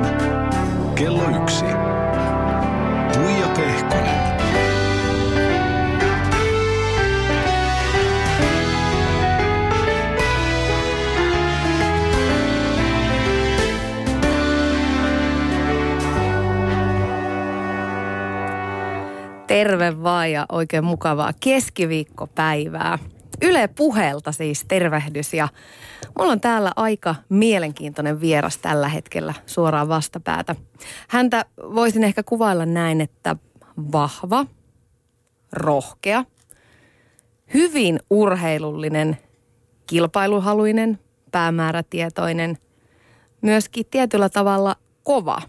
Kello 1. Tuija Pehkonen. Terve vaan ja oikein mukavaa keskiviikkopäivää. Yle Puheelta siis tervehdys ja mulla on täällä aika mielenkiintoinen vieras tällä hetkellä suoraan vastapäätä. Häntä voisin ehkä kuvailla näin, että vahva, rohkea, hyvin urheilullinen, kilpailuhaluinen, päämäärätietoinen, myöskin tietyllä tavalla kova,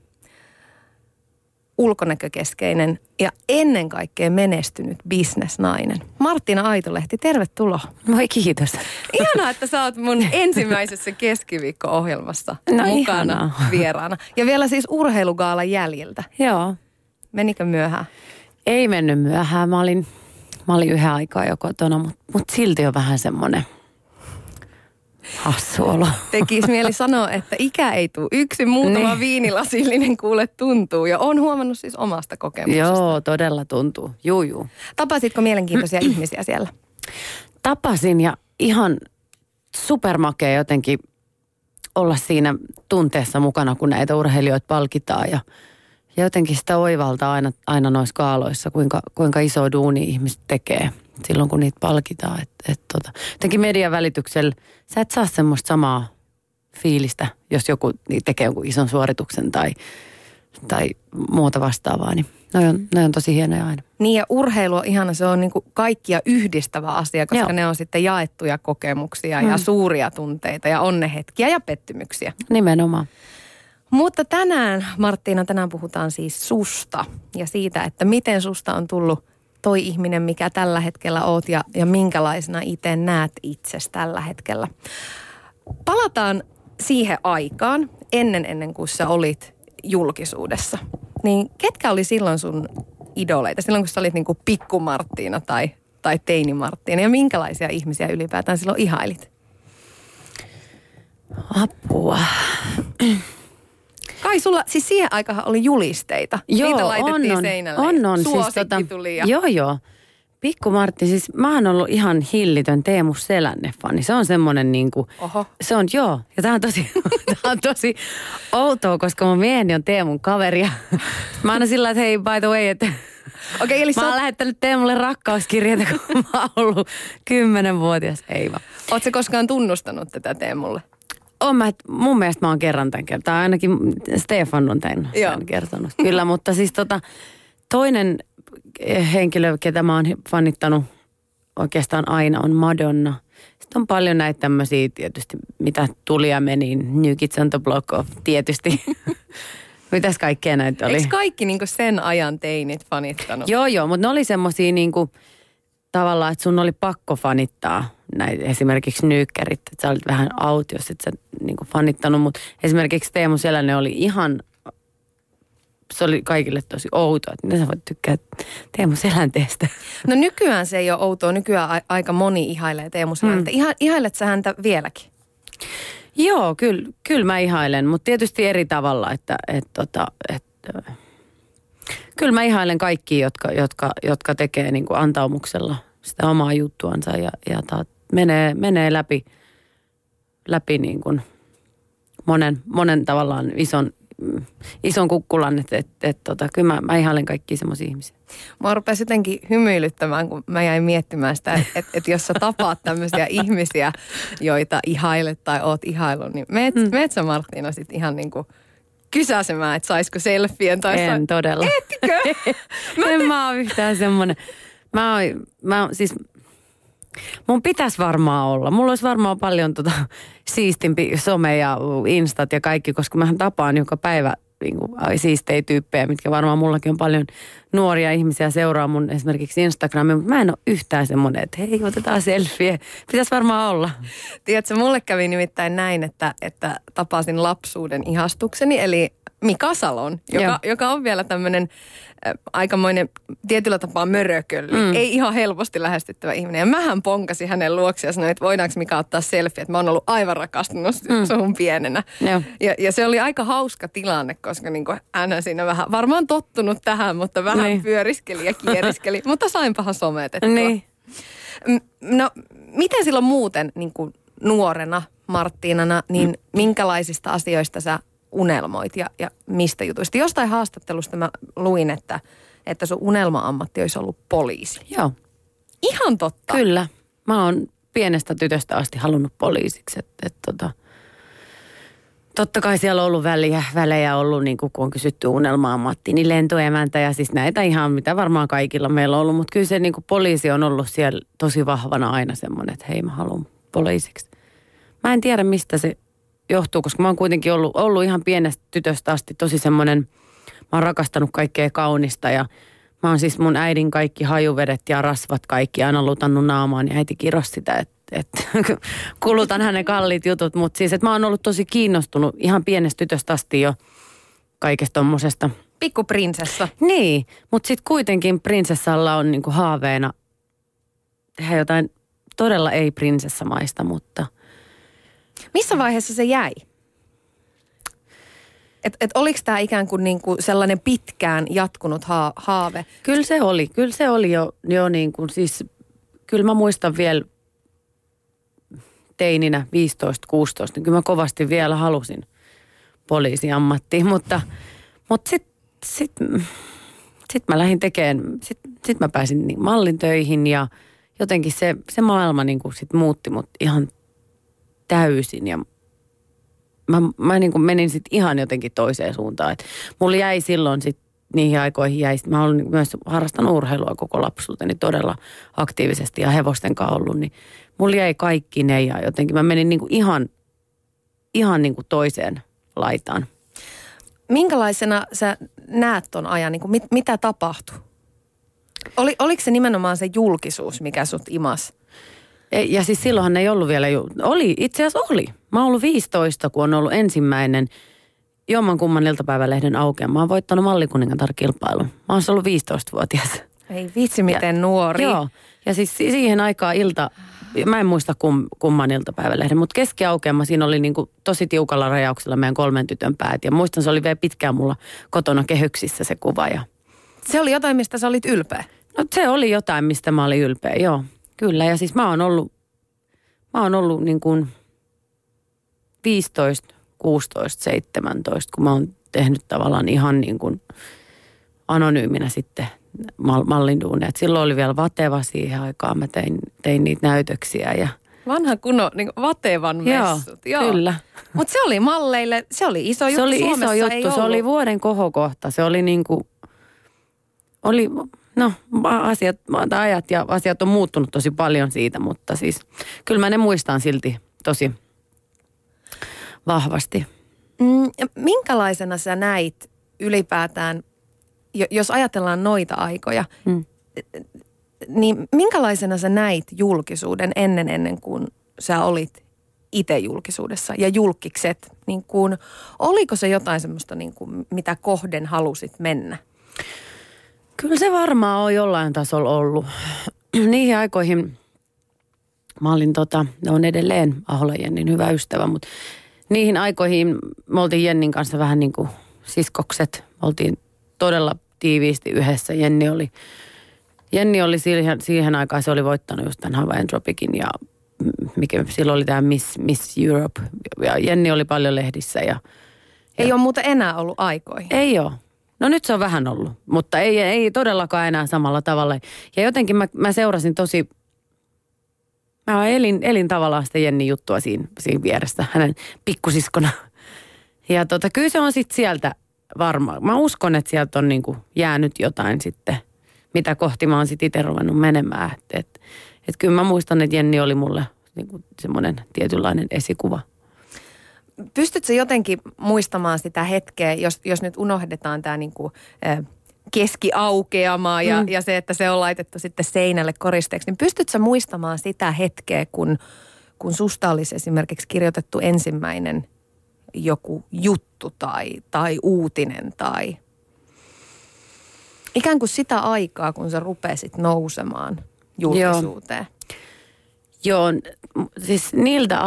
ulkonäkökeskeinen ja ennen kaikkea menestynyt bisnesnainen. Marttiina Aitolehti, tervetuloa. Moi, kiitos. Ihanaa, että sä oot mun ensimmäisessä keskiviikko-ohjelmassa mukana ihanaa. Vieraana. Ja vielä siis urheilugaalan jäljiltä. Joo. Menikö myöhään? Ei mennyt myöhään. Mä olin yhden aikaa jo kotona, mutta silti on vähän semmoinen hassu olo. Tekis mieli sanoa, että ikä ei tule yksin. Muutama viinilasillinen kuule tuntuu. Ja on huomannut siis omasta kokemuksesta. Joo, todella tuntuu. Juu. Tapasitko mielenkiintoisia ihmisiä siellä? Tapasin ja ihan supermakea jotenkin olla siinä tunteessa mukana, kun näitä urheilijoita palkitaan. Ja jotenkin sitä oivaltaa aina noissa kaaloissa, kuinka iso duuni ihmiset tekee silloin, kun niitä palkitaan. Jotenkin median välityksellä sä et saa semmoista samaa fiilistä, jos joku tekee jonkun ison suorituksen tai muuta vastaavaa. Niin ne on tosi hienoja aina. Niin ja urheilu on ihana, se on niin kuin kaikkia yhdistävä asia, koska ne on sitten jaettuja kokemuksia ja suuria tunteita ja onnehetkiä ja pettymyksiä. Nimenomaan. Mutta tänään, Marttiina, puhutaan siis susta ja siitä, että miten susta on tullut toi ihminen, mikä tällä hetkellä oot ja minkälaisena itse näet itsesi tällä hetkellä. Palataan siihen aikaan ennen kuin sä olit julkisuudessa. Niin ketkä oli silloin sun idoleita? Silloin kun sä olit niinku pikku Marttiina tai teini Marttiina ja minkälaisia ihmisiä ylipäätään silloin ihailit? Apua. Kai sulla, siis siihen aikaan oli julisteita. Joo, niitä laitettiin seinälle. On. Suosikki siis tuli. Ja... Joo. Pikku Martti, siis mä oon ollut ihan hillitön Teemu Selänne-fani. Se on semmoinen niinku, se on joo. Ja tää on tosi outoa, koska mun mieheni on Teemun kaveri. Mä aina sillä että hei, by the way, että okei, eli mä oon lähettänyt Teemulle rakkauskirjeitä, kun mä oon ollut 10-vuotias. Ei vaan. Oot sä koskaan tunnustanut tätä Teemulle? Mun mielestä mä oon kerran tämän kertaa. Ainakin Stefan on tämän kertonut. Kyllä, mutta siis toinen henkilö, ketä mä oon fanittanut oikeastaan aina, on Madonna. Sitten on paljon näitä tämmöisiä tietysti, mitä tuli ja meni. New Kids on the Block of tietysti. Mitäs kaikkea näitä oli? Eikö kaikki niinku sen ajan teinit fanittanut? Joo, mutta ne oli semmosia niinku tavallaan, että sun oli pakko fanittaa näitä esimerkiksi nyykkärit. Että sä olit vähän out, jos et sä niinku fanittanut, mutta esimerkiksi Teemu Selänne oli ihan, se oli kaikille tosi outoa, että miten sä voit tykkää Teemu Selänteestä. No nykyään se ei ole outoa, nykyään aika moni ihailee Teemu Selänteä. Ihailet sä häntä vieläkin? Joo, kyllä mä ihailen, mutta tietysti eri tavalla, kyllä mä ihailen kaikkia, jotka tekee niin kuin antaumuksella sitä omaa juttuansa ja menee läpi niin kuin monen tavallaan ison kukkulan, että kyllä mä ihailen kaikkia semmoisia ihmisiä. Mä rupesi jotenkin hymyilyttämään, kun mä jäin miettimään sitä, että jos sä tapaat tämmöisiä ihmisiä, joita ihailet tai oot ihaillut, niin meet sä Marttiina sit ihan niin kuin kysäsemään, että saisiko selfien tai... En todella. Etkö? Mä oon yhtään semmoinen. Siis mun pitäisi varmaan olla. Mulla olisi varmaan paljon siistimpi some ja instat ja kaikki, koska mähän tapaan joka päivä niin kuin, siistejä tyyppejä, mitkä varmaan mullakin on paljon nuoria ihmisiä seuraa mun esimerkiksi Instagramia, mutta mä en ole yhtään semmoinen, että hei, otetaan selfie. Pitäisi varmaan olla. Tiedätkö, mulle kävi nimittäin näin, että tapasin lapsuuden ihastukseni, eli Mika Salon, joka on vielä tämmöinen aikamoinen tietyllä tapaa mörökölli. Ei ihan helposti lähestyttävä ihminen. Ja mähän ponkasin hänen luokseen ja sanoin, että voidaanko Mika ottaa selfie, että mä oon ollut aivan rakastunut suhun pienenä. Ja se oli aika hauska tilanne, koska niin hän siinä vähän varmaan tottunut tähän, mutta vähän pyöriskeli ja kieriskeli. Mutta sainpahan sometettua. Niin. No, miten silloin muuten niin kuin nuorena Marttiinana, niin minkälaisista asioista sä unelmoit ja mistä jutuista? Jostain haastattelusta mä luin, että sun unelma-ammatti olisi ollut poliisi. Joo. Ihan totta. Kyllä. Mä oon pienestä tytöstä asti halunnut poliisiksi. Totta kai siellä on ollut välejä ollut, niin kun on kysytty unelma-ammattiin, niin lentoemäntä ja siis näitä ihan mitä varmaan kaikilla meillä on ollut. Mutta kyllä se niin poliisi on ollut siellä tosi vahvana aina semmoinen, että hei mä haluan poliisiksi. Mä en tiedä mistä se johtuu, koska mä oon kuitenkin ollut ihan pienestä tytöstä asti tosi semmoinen, mä oon rakastanut kaikkea kaunista ja mä oon siis mun äidin kaikki hajuvedet ja rasvat kaikki aina lutannut naamaan ja äiti kirosi sitä, että kulutan hänen kalliit jutut, mutta siis että mä oon ollut tosi kiinnostunut ihan pienestä tytöstä asti jo kaikesta tommosesta. Pikkuprinsessa. Niin, mutta sitten kuitenkin prinsessalla on niinku haaveena tehdä jotain todella ei prinsessamaista, mutta missä vaiheessa se jäi? Et oliko tämä ikään kuin niinku sellainen pitkään jatkunut haave? Kyllä se oli jo niin kuin siis, kyllä mä muistan vielä teininä 15-16, niin kyllä mä kovasti vielä halusin poliisiammattiin, mutta sit mä lähdin tekemään, sit mä pääsin niin mallin töihin ja jotenkin se maailma niin kuin sit muutti mut ihan täysin ja mä niin kuin menin sitten ihan jotenkin toiseen suuntaan. Et mulla jäi silloin sitten niihin aikoihin mä olen myös harrastanut urheilua koko lapsuuteni todella aktiivisesti ja hevosten kanssa ollut, niin mulla jäi kaikki ne ja jotenkin mä menin niin kuin ihan niin kuin toiseen laitaan. Minkälaisena sä näet ton ajan, niin kuin mitä tapahtui? Oliko se nimenomaan se julkisuus, mikä sut imas? Ja siis silloinhan ei ollut vielä, itse asiassa oli. Mä oon ollut 15, kun on ollut ensimmäinen jommankumman iltapäivälehden aukeama. Mä oon voittanut Mallikuningatar-kilpailun. Mä oon ollut 15-vuotias. Ei vitsi, miten nuori. Joo, ja siis siihen aikaan mä en muista kumman iltapäivälehden, mutta keskiaukeama siinä oli niinku tosi tiukalla rajauksella meidän 3 tytön päät. Ja muistan, se oli vielä pitkään mulla kotona kehyksissä se kuva. Ja se oli jotain, mistä sä olit ylpeä? No se oli jotain, mistä mä olin ylpeä, joo. Kyllä, ja siis mä oon ollut niin kuin 15, 16, 17, kun mä oon tehnyt tavallaan ihan niin kuin anonyyminä sitten mallinduuneet. Silloin oli vielä Vateva siihen aikaan, mä tein niitä näytöksiä ja vanha kunnon niin Vatevan messut. Joo, kyllä. Mutta se oli malleille, se oli iso juttu. Se oli Suomessa iso juttu, se oli vuoden kohokohta. Se oli niin kuin, ajat ja asiat on muuttunut tosi paljon siitä, mutta siis kyllä mä ne muistan silti tosi vahvasti. Minkälaisena sä näit ylipäätään, jos ajatellaan noita aikoja, niin minkälaisena sä näit julkisuuden ennen kuin sä olit itse julkisuudessa ja julkikset? Niin kuin, oliko se jotain semmoista, niin kuin, mitä kohden halusit mennä? Kyllä se varmaan on jollain tasolla ollut. Niihin aikoihin mä olin ne on edelleen Ahola Jennin hyvä ystävä, mutta niihin aikoihin me oltiin Jennin kanssa vähän niin kuin siskokset. Me oltiin todella tiiviisti yhdessä. Jenni oli siihen aikaan, se oli voittanut just tämän Hawaiian Tropicin ja silloin oli tämä Miss Europe. Ja Jenni oli paljon lehdissä. Ei ole muuten enää ollut aikoihin. Ei ole. No nyt se on vähän ollut, mutta ei todellakaan enää samalla tavalla. Ja jotenkin mä seurasin mä elin tavallaan sitä Jennin juttua siinä vieressä, hänen pikkusiskona. Ja kyllä se on sitten sieltä varmaan. Mä uskon, että sieltä on niinku jäänyt jotain sitten, mitä kohti mä oon sitten itse ruvennut menemään. Et kyllä mä muistan, että Jenni oli mulle niinku semmoinen tietynlainen esikuva. Pystytkö jotenkin muistamaan sitä hetkeä, jos nyt unohdetaan tämä niinku, keskiaukeama ja se, että se on laitettu sitten seinälle koristeeksi, niin pystytkö muistamaan sitä hetkeä, kun susta olisi esimerkiksi kirjoitettu ensimmäinen joku juttu tai uutinen tai ikään kuin sitä aikaa, kun sä rupesit nousemaan julkisuuteen. Joo, siis niiltä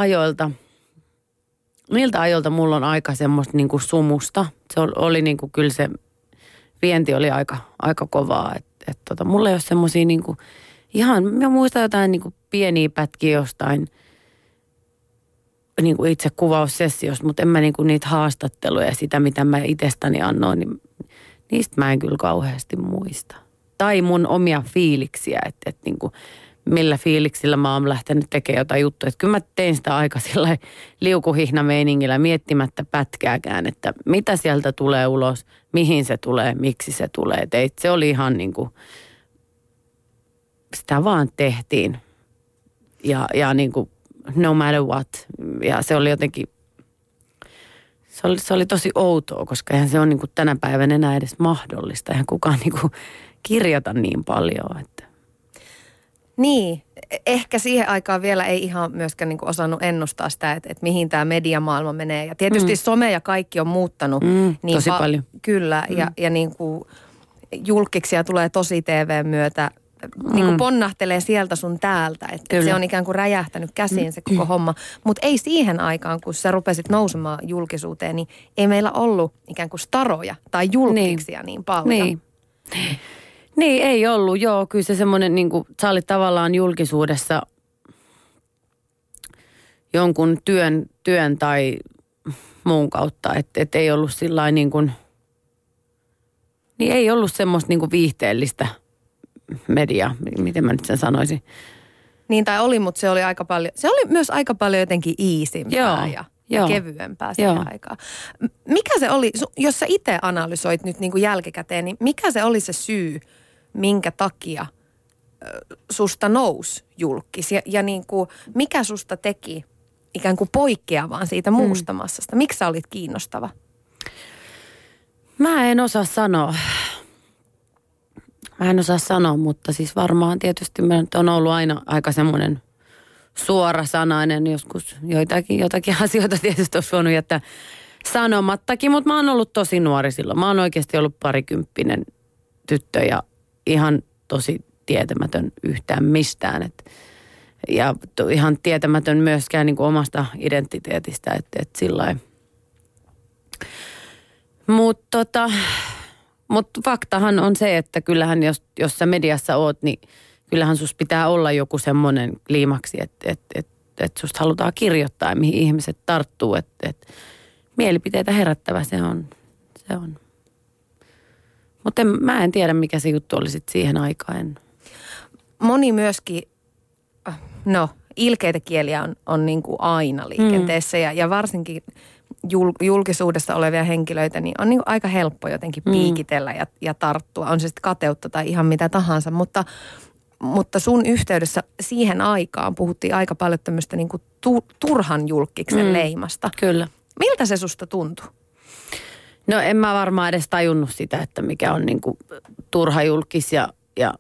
ajoilta mulla on aika semmoista niinku sumusta. Se oli niinku, kyllä se vienti oli aika kovaa. Mulla ei ole semmoisia niinku, ihan, mä muistan jotain niinku pieniä pätkiä jostain niinku itse kuvaussessiosta, mutta en mä niinku niitä haastatteluja ja sitä, mitä mä itsestäni annoin, niin niistä mä en kyllä kauheasti muista. Tai mun omia fiiliksiä, että niinku, millä fiiliksillä mä oon lähtenyt tekemään jotain juttuja. Että kyllä mä tein sitä aika sillä liukuhihna-meiningillä miettimättä pätkääkään, että mitä sieltä tulee ulos, mihin se tulee, miksi se tulee. Se oli ihan niin kuin, sitä vaan tehtiin. Ja niin kuin no matter what. Ja se oli jotenkin, se oli tosi outoa, koska eihän se ole niin kuin tänä päivänä enää edes mahdollista. Eihän kukaan niin kuin kirjoita niin paljon, että. Niin, ehkä siihen aikaan vielä ei ihan myöskään niin kuin osannut ennustaa sitä, että mihin tämä mediamaailma menee. Ja tietysti some ja kaikki on muuttanut. Niin tosi paljon. Kyllä, ja niin kuin julkkiksia tulee tosi TV:n myötä. Niin kuin ponnahtelee sieltä sun täältä, että se on ikään kuin räjähtänyt käsiin se koko homma. Mutta ei siihen aikaan, kun sä rupesit nousemaan julkisuuteen, niin ei meillä ollut ikään kuin staroja tai julkkiksia niin paljon. Niin, ei ollut, joo. Kyllä se semmoinen, niin kuin sä olit tavallaan julkisuudessa jonkun työn tai muun kautta. Että ei ollut sillain niin kuin, niin ei ollut semmoista niin kuin viihteellistä mediaa, miten mä nyt sen sanoisin. Niin, tai oli, mutta se oli myös aika paljon jotenkin iisimpää ja kevyempää siihen aikaan. Mikä se oli, jos sä itse analysoit nyt niin kuin jälkikäteen, niin mikä se oli se syy, minkä takia susta nousi julkis? Ja niin kuin, mikä susta teki ikään kuin poikkeavaan siitä muusta massasta? Miksi sä olit kiinnostava? Mä en osaa sanoa, mutta siis varmaan tietysti mä nyt on ollut aina aika semmoinen suorasanainen. Joskus jotakin asioita tietysti olisi voinut jättää sanomattakin, mutta mä oon ollut tosi nuori silloin. Mä oon oikeasti ollut parikymppinen tyttö ja ihan tosi tietämätön yhtään mistään. Ja ihan tietämätön myöskään niin kuin omasta identiteetistä, että sillain. Mutta faktahan on se, että kyllähän jos sä mediassa oot, niin kyllähän sus pitää olla joku semmoinen kliimaksi, että susta halutaan kirjoittaa ja mihin ihmiset tarttuu. Että mielipiteitä herättävä se on. Mutta mä en tiedä, mikä se juttu oli sit siihen aikaan. Moni myöskin, ilkeitä kieliä on niin kuin aina liikenteessä ja varsinkin julkisuudessa olevia henkilöitä, niin on niin kuin aika helppo jotenkin piikitellä ja tarttua. On se sitten kateutta tai ihan mitä tahansa, mutta sun yhteydessä siihen aikaan puhuttiin aika paljon tämmöistä niin kuin turhan julkkiksen leimasta. Kyllä. Miltä se susta tuntui? No en mä varmaan edes tajunnut sitä, että mikä on niin kuin turha julkis ja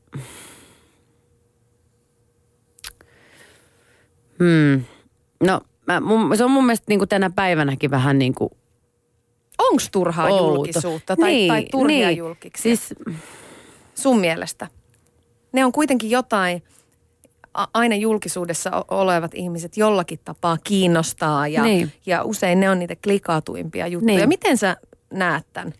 No se on mun mielestä niin kuin tänä päivänäkin vähän niin kuin onko turhaa julkisuutta tai turhia julkiksia? Siis sun mielestä? Ne on kuitenkin jotain, aina julkisuudessa olevat ihmiset jollakin tapaa kiinnostaa ja usein ne on niitä klikatuimpia juttuja. Niin. Miten sä näet tämän?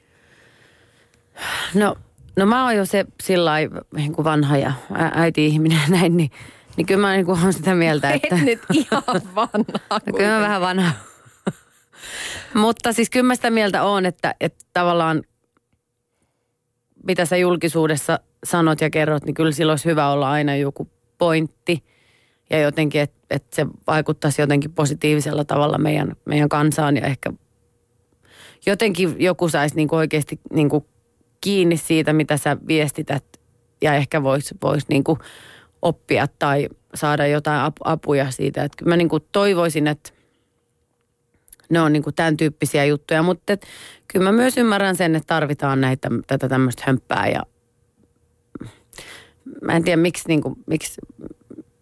No mä oon jo se sillai niin kuin vanha ja äiti-ihminen näin, niin kyllä mä niin kuin olen sitä mieltä, että et nyt ihan vanha. Kyllä mä vähän vanha. Mutta siis kyllä mä sitä mieltä oon, että tavallaan mitä sä julkisuudessa sanot ja kerrot, niin kyllä silloin olisi hyvä olla aina joku pointti. Ja jotenkin, että se vaikuttaisi jotenkin positiivisella tavalla meidän kansaan. Ja ehkä jotenkin joku saisi niin kuin oikeasti niin kuin kiinni siitä, mitä sä viestität. Ja ehkä voisi niin kuin oppia tai saada jotain apuja siitä. Että mä niin kuin toivoisin, että ne on niin kuin tämän tyyppisiä juttuja, mutta kyllä mä myös ymmärrän sen, että tarvitaan tätä tämmöistä hömppää ja mä en tiedä miksi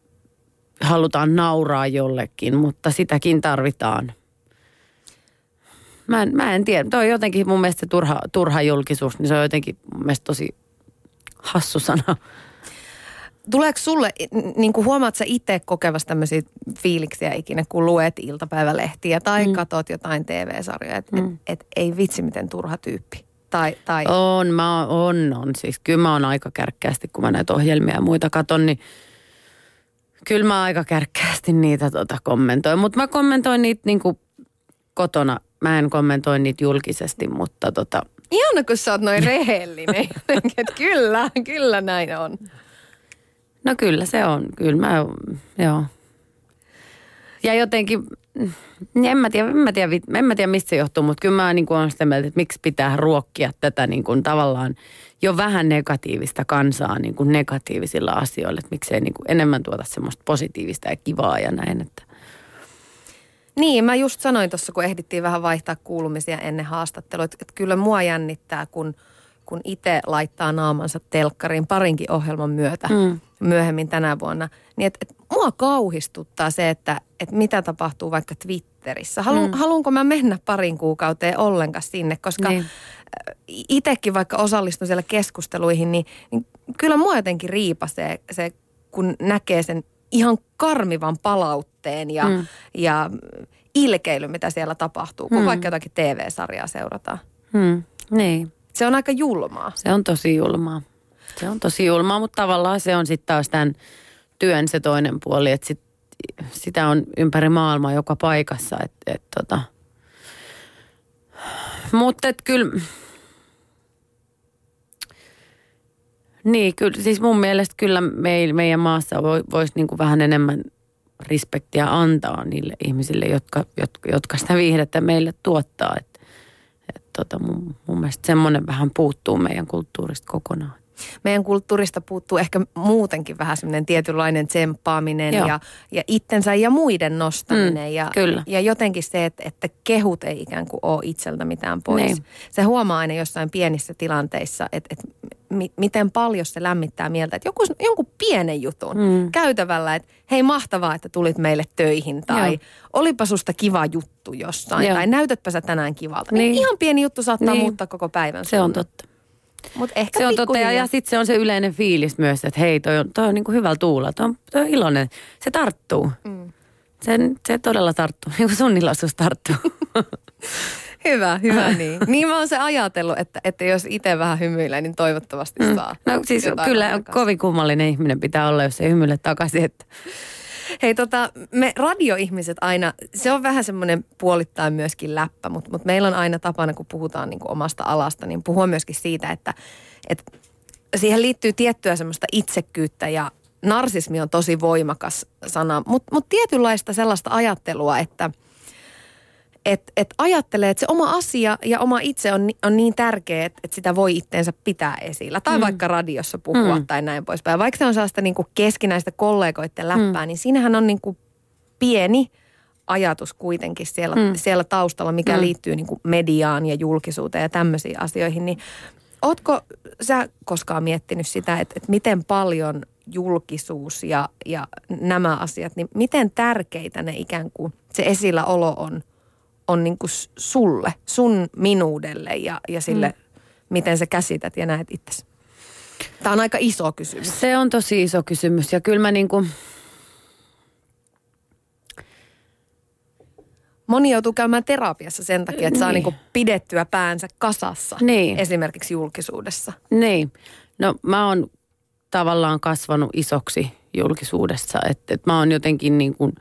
halutaan nauraa jollekin, mutta sitäkin tarvitaan. Mä en tiedä. Toi on jotenkin mun mielestä se turha julkisuus, niin se on jotenkin mun mielestä tosi hassu sana. Tuleeko sulle, niin kuin huomaat sä itse kokevasti tämmöisiä fiiliksiä ikinä, kun luet iltapäivälehtiä tai katot jotain TV-sarjoja, että et ei vitsi miten turha tyyppi? Tai... On. Siis kyllä mä oon aika kärkkäästi, kun mä näitä ohjelmia ja muita katon, niin kyllä mä aika kärkkäästi niitä kommentoin. Mutta mä kommentoin niitä niinku kotona. Mä en kommentoi niitä julkisesti, mutta Ihana, kun sä oot noin rehellinen. Että kyllä näin on. No kyllä se on. Kyllä joo. Ja jotenkin, en mä tiedä mistä se johtuu, mutta kyllä mä niin kuin olen sitä mieltä, että miksi pitää ruokkia tätä niin kuin tavallaan jo vähän negatiivista kansaa niin kuin negatiivisilla asioilla. Että miksei niin kuin enemmän tuota semmoista positiivista ja kivaa ja näin, että. Niin, mä just sanoin tuossa, kun ehdittiin vähän vaihtaa kuulumisia ennen haastattelua, että kyllä mua jännittää, kun itse laittaa naamansa telkkariin parinkin ohjelman myötä myöhemmin tänä vuonna, niin että mua kauhistuttaa se, että mitä tapahtuu vaikka Twitterissä. Haluanko mä mennä parin kuukauteen ollenkaan sinne, koska itsekin vaikka osallistun siellä keskusteluihin, niin kyllä mua jotenkin riipasee se, kun näkee sen ihan karmivan palautteen ja ilkeily, mitä siellä tapahtuu, kun vaikka jotakin TV-sarjaa seurataan. Niin. Se on aika julmaa. Se on tosi julmaa, mutta tavallaan se on sitten taas tämän työn se toinen puoli, että sitä on ympäri maailmaa joka paikassa. Mutta kyllä, niin kyllä, siis mun mielestä kyllä meidän maassa voisi niinku vähän enemmän respektiä antaa niille ihmisille, jotka sitä viihdettä meille tuottaa. Mun mielestä semmoinen vähän puuttuu meidän kulttuurista kokonaan. Meidän kulttuurista puuttuu ehkä muutenkin vähän semmoinen tietynlainen tsemppaaminen ja itsensä ja muiden nostaminen. Ja jotenkin se, että kehut ei ikään kuin ole itseltä mitään pois. Niin. Se huomaa aina jossain pienissä tilanteissa, että miten paljon se lämmittää mieltä. Että jonkun pienen jutun käytävällä, että hei mahtavaa, että tulit meille töihin. Tai olipa susta kiva juttu jossain. Tai näytätpä sä tänään kivalta. Niin ihan pieni juttu saattaa muuttaa koko päivän. Se on totta. Mut ehkä se on totta ja sitten se on se yleinen fiilis myös, että hei toi on niinku hyvällä tuulla, toi on iloinen, se tarttuu. Se todella tarttuu, niin kuin sun iloisuus tarttuu. Hyvä niin. Niin mä oon se ajatellut, että jos itse vähän hymyilee, niin toivottavasti saa. No siis kyllä kovin kummallinen ihminen pitää olla, jos ei hymyile takaisin, että. Hei me radioihmiset aina, se on vähän semmoinen puolittain myöskin läppä, mutta meillä on aina tapana, kun puhutaan niin kuin omasta alasta, niin puhua myöskin siitä, että siihen liittyy tiettyä semmoista itsekkyyttä ja narsismi on tosi voimakas sana, mutta tietynlaista sellaista ajattelua, että ajattelee, että se oma asia ja oma itse on niin tärkeä, että sitä voi itteensä pitää esillä. Tai vaikka radiossa puhua tai näin poispäin. Vaikka se on sellaista niin kuin keskinäistä kollegoiden läppää, niin siinähän on niin kuin pieni ajatus kuitenkin siellä taustalla, mikä liittyy niin kuin mediaan ja julkisuuteen ja tämmöisiin asioihin. Niin ootko sä koskaan miettinyt sitä, että miten paljon julkisuus ja nämä asiat, niin miten tärkeitä ne ikään kuin se esilläolo on niin kuin sulle, sun minuudelle ja sille, miten sä käsität ja näet itsesi? Tämä on aika iso kysymys. Se on tosi iso kysymys ja kyllä mä niin kuin. Moni joutuu käymään terapiassa sen takia, että saa niin kuin pidettyä päänsä kasassa esimerkiksi julkisuudessa. Niin. No mä oon tavallaan kasvanut isoksi julkisuudessa, että mä oon jotenkin niin kuin,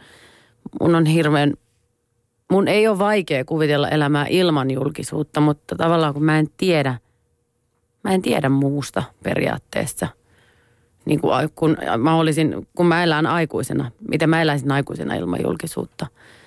mun ei ole vaikea kuvitella elämää ilman julkisuutta, mutta tavallaan kun mä en tiedä muusta periaatteessa. Niin kuin kun mä elän aikuisena, miten mä eläisin aikuisena ilman julkisuutta.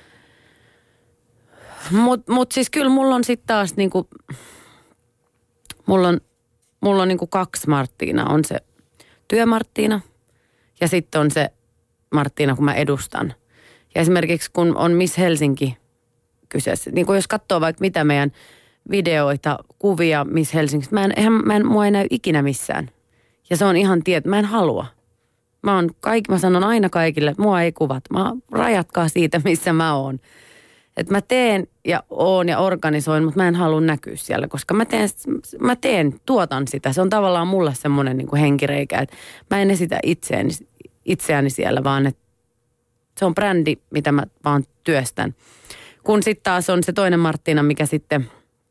Mut siis kyllä mulla on sitten taas niinku, mulla on niinku 2 Marttiina. On se työ-Marttiina ja sitten on se Marttiina, kun mä edustan. Ja esimerkiksi kun on Miss Helsinki kyseessä, niin kun jos katsoo vaikka mitä meidän videoita, kuvia Miss Helsingistä, mua ei näy ikinä missään. Ja se on ihan mä en halua. Mä sanon aina kaikille, että mua ei kuvat. Rajatkaa siitä, missä mä oon. Että mä teen ja oon ja organisoin, mutta mä en halua näkyä siellä, koska tuotan sitä. Se on tavallaan mulle semmoinen niin kuin henkireikä, että mä en esitä itseäni siellä, vaan että se on brändi, mitä mä vaan työstän. Kun sitten taas on se toinen Marttiina, mikä sitten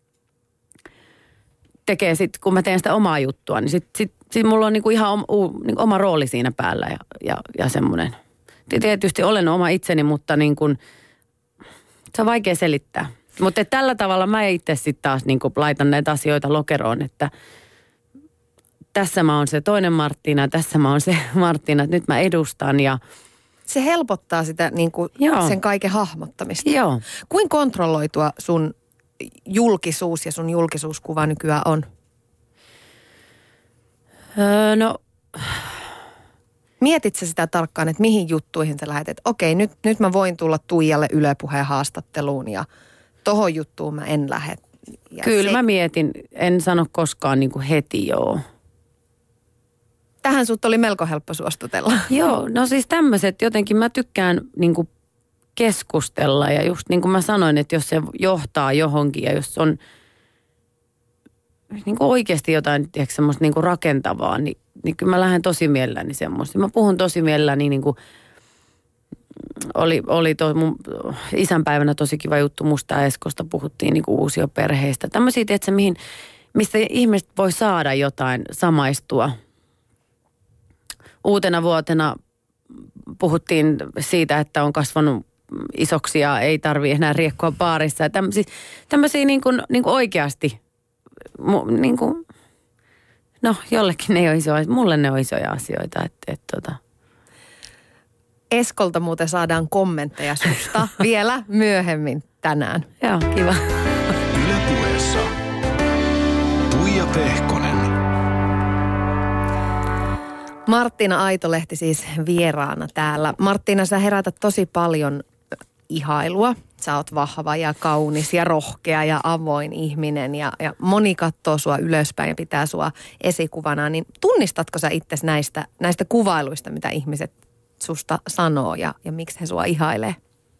tekee sitten, kun mä teen sitä omaa juttua, niin sitten mulla on niinku ihan niinku oma rooli siinä päällä ja semmoinen. Tietysti olen oma itseni, mutta niin kuin, se on vaikea selittää. Mutta tällä tavalla mä itse sitten taas niinku laitan näitä asioita lokeroon, että tässä mä oon se toinen Marttiina, tässä mä oon se Marttiina, että nyt mä edustan ja se helpottaa sitä niin kuin sen kaiken hahmottamista. Joo. Kuin kontrolloitua sun julkisuus ja sun julkisuuskuva nykyään on? No, mietit sä sitä tarkkaan, että mihin juttuihin sä lähdet? Että okei, nyt mä voin tulla Tuijalle Yle Puheen haastatteluun ja tohon juttuun mä en lähde. Kyllä mä mietin, en sano koskaan niin kuin heti joo. Tähän sut oli melko helppo suostutella. Joo, no siis tämmöiset jotenkin mä tykkään niin kuin keskustella ja just niin kuin mä sanoin, että jos se johtaa johonkin ja jos on niin kuin oikeasti jotain semmoista niin kuin rakentavaa, niin kyllä mä lähden tosi mielelläni semmoista. Mä puhun tosi mielelläni niin kuin oli mun isänpäivänä tosi kiva juttu Musta Eskosta, puhuttiin niin kuin uusioperheistä. Tämmöisiä, tiedätkö, mistä ihmiset voi saada jotain, samaistua. Uutena vuotena puhuttiin siitä, että on kasvanut isoksi ja ei tarvitse enää riekkoa baarissa. Tämmöisiä niin kuin oikeasti, niin kuin, no jollekin ne ei ole isoja, mulle ne on isoja asioita. Eskolta muuten saadaan kommentteja susta vielä myöhemmin tänään. Joo, kiva. Yle Puheessa Tuija Pehkonen. Marttiina Aitolehti siis vieraana täällä. Marttiina, sä herätät tosi paljon ihailua. Sä oot vahva ja kaunis ja rohkea ja avoin ihminen ja moni katsoo sua ylöspäin ja pitää sua esikuvana. Niin tunnistatko sä itse näistä kuvailuista, mitä ihmiset susta sanoo ja miksi he sua ihailee?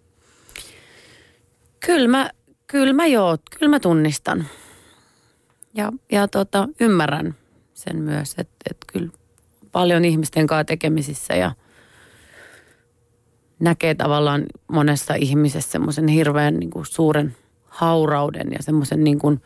Kyllä mä tunnistan. Ja ymmärrän sen myös, että kyllä paljon ihmisten kanssa tekemisissä ja näkee tavallaan monessa ihmisessä semmoisen hirveän niin kuin suuren haurauden ja semmoisen niin kuin,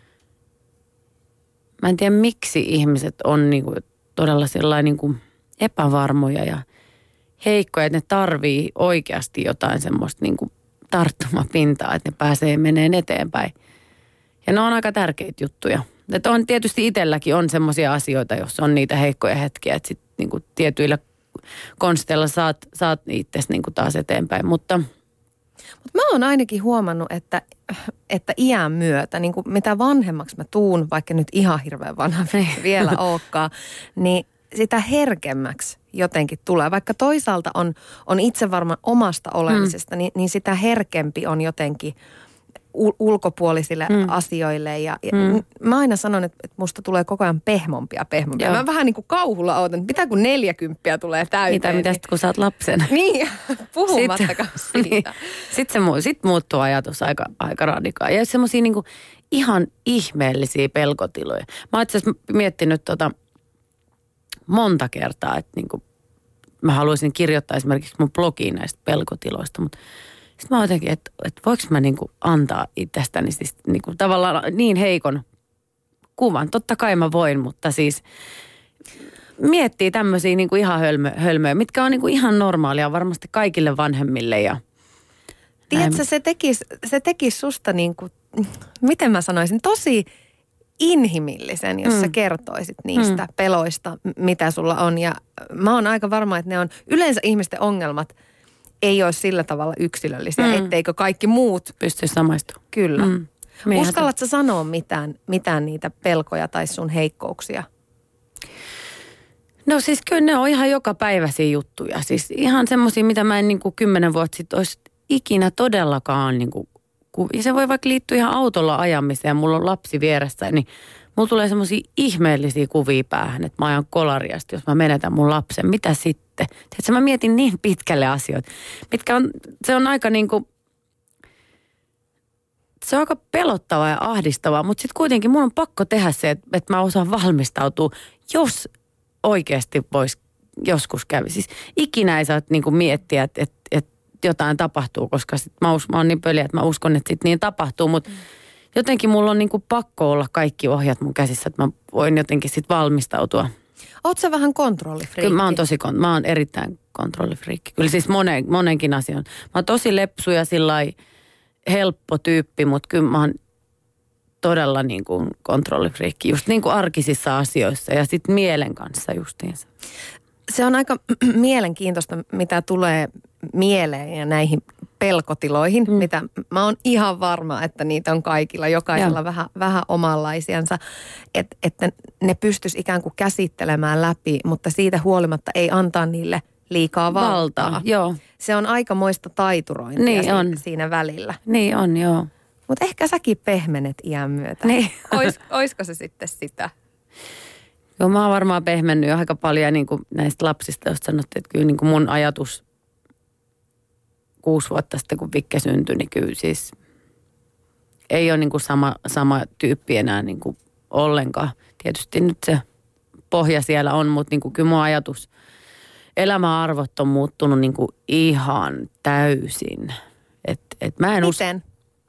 mä en tiedä miksi ihmiset on niin kuin todella sellainen niin kuin epävarmoja ja heikkoja, että ne tarvii oikeasti jotain semmoista niin kuin tarttumapintaa, että ne pääsee meneen eteenpäin. Ja ne on aika tärkeitä juttuja. Että on tietysti itselläkin on semmoisia asioita, jos on niitä heikkoja hetkiä, että sitten niin kuin tietyillä konsteilla saat itsesi niin kuin taas eteenpäin, mutta mä oon ainakin huomannut, että iän myötä, niin kuin mitä vanhemmaksi mä tuun, vaikka nyt ihan hirveän vanha vielä olekaan, niin sitä herkemmäksi jotenkin tulee. Vaikka toisaalta on itse varma omasta olemisesta, niin sitä herkempi on jotenkin ulkopuolisille asioille. Ja mä aina sanon, että musta tulee koko ajan pehmompia. Joo. Mä vähän niin kuin kauhulla ootan, että mitä kun 40 tulee täyteen. Mitä sitten kun sä oot lapsena? Niin, puhumattakaan siitä. Sitten muuttuu ajatus aika radikaali. Ja semmoisia niinku ihan ihmeellisiä pelkotiloja. Mä oon itse asiassa miettinyt monta kertaa, että niinku, mä haluaisin kirjoittaa esimerkiksi mun blogiin näistä pelkotiloista, mutta sitten mä jotenkin, että voiko mä niinku antaa itsestäni siis niinku tavallaan niin heikon kuvan. Totta kai mä voin, mutta siis miettii tämmöisiä niinku ihan hölmöjä, mitkä on niinku ihan normaalia varmasti kaikille vanhemmille. Ja tiedätkö, se tekisi susta niinku, miten mä sanoisin, tosi inhimillisen, jos sä kertoisit niistä peloista, mitä sulla on. Ja mä oon aika varma, että ne on yleensä ihmisten ongelmat ei ole sillä tavalla yksilöllisiä, etteikö kaikki muut pysty samaistumaan. Kyllä. Uskallatko sanoa mitään niitä pelkoja tai sun heikkouksia? No siis kyllä ne on ihan jokapäiväisiä juttuja. Siis ihan semmoisia, mitä mä en niin kuin 10 vuotta sitten olisi ikinä todellakaan niin kuin, ja se voi vaikka liittyä ihan autolla ajamiseen ja mulla on lapsi vieressä, niin mulla tulee semmoisia ihmeellisiä kuvia päähän, että mä ajan kolariasti, jos mä menetän mun lapsen. Mitä sitten? Tiedätkö, mä mietin niin pitkälle asioita, mitkä on, se on aika niin kuin, se on aika pelottavaa ja ahdistavaa, mutta sitten kuitenkin mun on pakko tehdä se, että mä osaan valmistautua, jos oikeasti voisi joskus kävi. Siis ikinä ei saa niinku miettiä, että jotain tapahtuu, koska sit mä oon niin pöliä, että mä uskon, että sit niin tapahtuu, mutta jotenkin mulla on niinku pakko olla kaikki ohjat mun käsissä, että mä voin jotenkin sit valmistautua. Oot sä vähän kontrollifriikki? Kyllä mä oon erittäin kontrollifriikki. Kyllä siis monenkin asian. Mä oon tosi lepsu ja sillai helppo tyyppi, mutta kyllä mä oon todella niin kuin kontrollifriikki, just niin kuin arkisissa asioissa ja sitten mielen kanssa justiinsa. Se on aika mielenkiintoista, mitä tulee mieleen ja näihin pelkotiloihin, mitä mä oon ihan varma, että niitä on kaikilla, jokaisella vähän omanlaisiansa, että ne pystyisi ikään kuin käsittelemään läpi, mutta siitä huolimatta ei antaa niille liikaa valtaa. Joo. Se on aikamoista taiturointia niin siinä välillä. Niin on, joo. Mutta ehkä säkin pehmenet iän myötä. Niin. Oisko se sitten sitä? Joo, mä oon varmaan pehmennyt jo aika paljon niin kuin näistä lapsista, joista sanottiin, että kyllä niin kuin mun ajatus 6 vuotta sitten, kun Vikke syntyi, niin kyllä siis ei ole niin kuin sama tyyppi enää niin kuin ollenkaan. Tietysti nyt se pohja siellä on, mutta niin kuin kyllä mun ajatus, elämäarvot on muuttunut niin kuin ihan täysin. Et mä en Miten?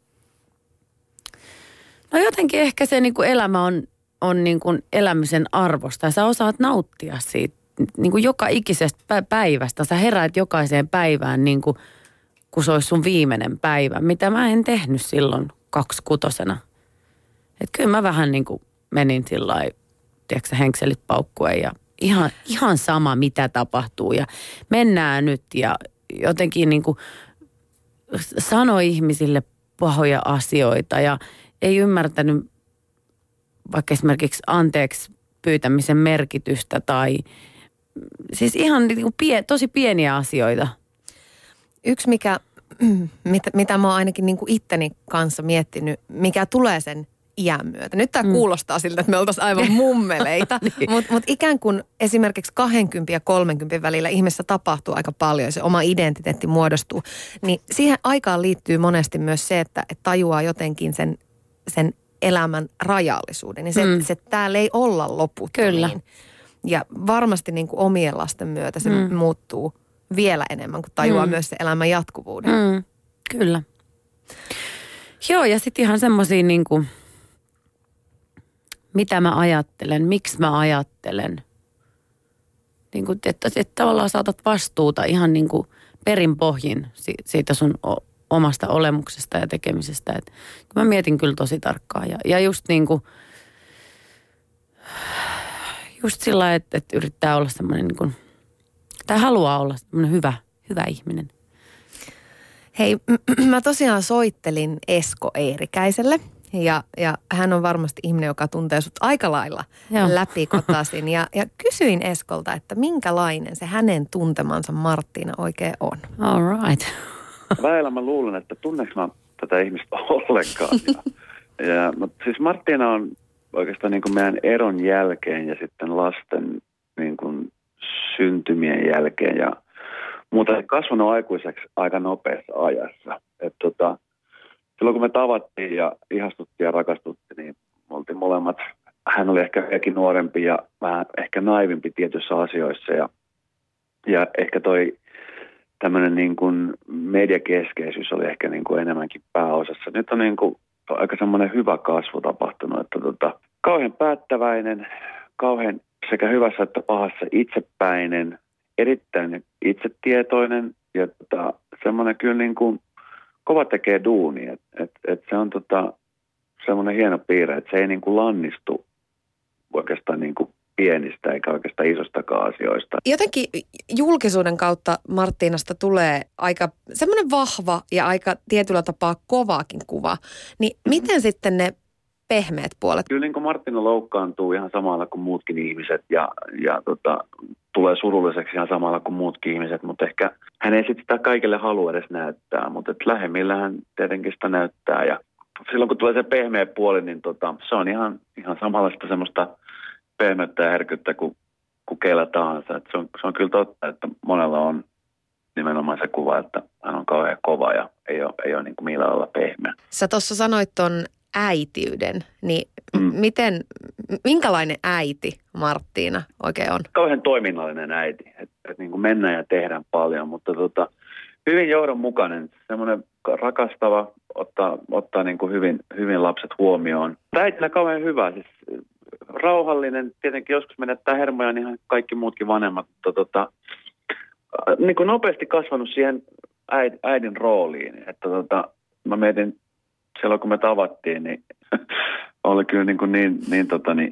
No jotenkin ehkä se niin kuin elämä on niin kuin elämisen arvosta ja sä osaat nauttia siitä niin kuin joka ikisestä päivästä. Sä heräät jokaiseen päivään niin kuin kun se olisi sun viimeinen päivä, mitä mä en tehnyt silloin 26-vuotiaana. Että kyllä mä vähän niin kuin menin sillai, tiedätkö henkselit paukkuen ja ihan sama mitä tapahtuu ja mennään nyt ja jotenkin niin kuin sanoi ihmisille pahoja asioita ja ei ymmärtänyt vaikka esimerkiksi anteeksi pyytämisen merkitystä tai siis ihan niin kuin tosi pieniä asioita. Yksi, mitä mä oon ainakin niin kuin itteni kanssa miettinyt, mikä tulee sen iän myötä. Nyt tämä kuulostaa siltä, että me oltaisiin aivan mummeleita, niin. mutta ikään kuin esimerkiksi 20 ja 30 välillä ihmisessä tapahtuu aika paljon ja se oma identiteetti muodostuu. Niin siihen aikaan liittyy monesti myös se, että tajuaa jotenkin sen elämän rajallisuuden. Ja se täällä ei olla loputtomiin. Kyllä. Ja varmasti niin kuin omien lasten myötä se muuttuu vielä enemmän, kun tajuaa myös se elämän jatkuvuuden. Kyllä. Joo, ja sitten ihan semmoisia niin kuin, mitä mä ajattelen, miksi mä ajattelen. Niin kuin, että tavallaan saatat vastuuta ihan niin kuin perinpohjin siitä sun omasta olemuksesta ja tekemisestä. Et, mä mietin kyllä tosi tarkkaan. Ja just niin kuin, just sillä lailla, että yrittää olla semmoinen niin kuin, tai haluaa olla semmoinen hyvä ihminen. Hei, mä tosiaan soittelin Esko Eerikäiselle ja hän on varmasti ihminen, joka tuntee sut aika lailla läpikotaisin. Ja kysyin Eskolta, että minkälainen se hänen tuntemansa Marttiina oikein on. All right. Väillä mä luulen, että tunneeko mä tätä ihmistä ollenkaan. Mutta siis Marttiina on oikeastaan niin kuin meidän eron jälkeen ja sitten lasten niin kuin syntymien jälkeen ja muuta kasvanut aikuiseksi aika nopeassa ajassa. Silloin kun me tavattiin ja ihastuttiin ja rakastuttiin, niin me oltiin molemmat. Hän oli ehkä vieläkin nuorempi ja vähän ehkä naivimpi tietyissä asioissa ja ehkä toi tämmöinen niin kuin mediakeskeisyys oli ehkä niin kuin enemmänkin pääosassa. Nyt on niin kuin aika semmoinen hyvä kasvu tapahtunut, että kauhean päättäväinen, kauhean sekä hyvässä että pahassa itsepäinen, erittäin itsetietoinen ja semmoinen kyllä niin kuin kova tekee duunia. Et se on semmoinen hieno piirre, että se ei niin kuin lannistu oikeastaan niin kuin pienistä eikä oikeastaan isostakaan asioista. Jotenkin julkisuuden kautta Marttiinasta tulee aika semmoinen vahva ja aika tietyllä tapaa kovaakin kuva. Niin miten sitten ne pehmeät puolet? Kyllä niin kuin Marttiina loukkaantuu ihan samalla kuin muutkin ihmiset ja tulee surulliseksi ihan samalla kuin muutkin ihmiset, mutta ehkä hän ei sitä kaikille halua edes näyttää, mutta lähemmillä hän tietenkin sitä näyttää ja silloin kun tulee se pehmeä puoli, niin se on ihan samanlaista semmoista pehmeyttä ja herkyyttä kuin keillä tahansa. Se on kyllä totta, että monella on nimenomaan se kuva, että hän on kauhean kova ja ei ole niin kuin millään lailla pehmeä. Sä tuossa sanoit ton äitiyden, niin minkälainen äiti Marttiina oikein on? Kauhean toiminnallinen äiti, että niin kuin mennään ja tehdään paljon, mutta hyvin johdonmukainen, semmoinen rakastava, ottaa niin kuin hyvin lapset huomioon. Äitinä kauhean hyvä, siis rauhallinen, tietenkin joskus menettää hermoja, niin ihan kaikki muutkin vanhemmat, mutta niin kuin nopeasti kasvanut siihen äidin rooliin, että mä mietin silloin kun me tavattiin, niin oli kyllä niin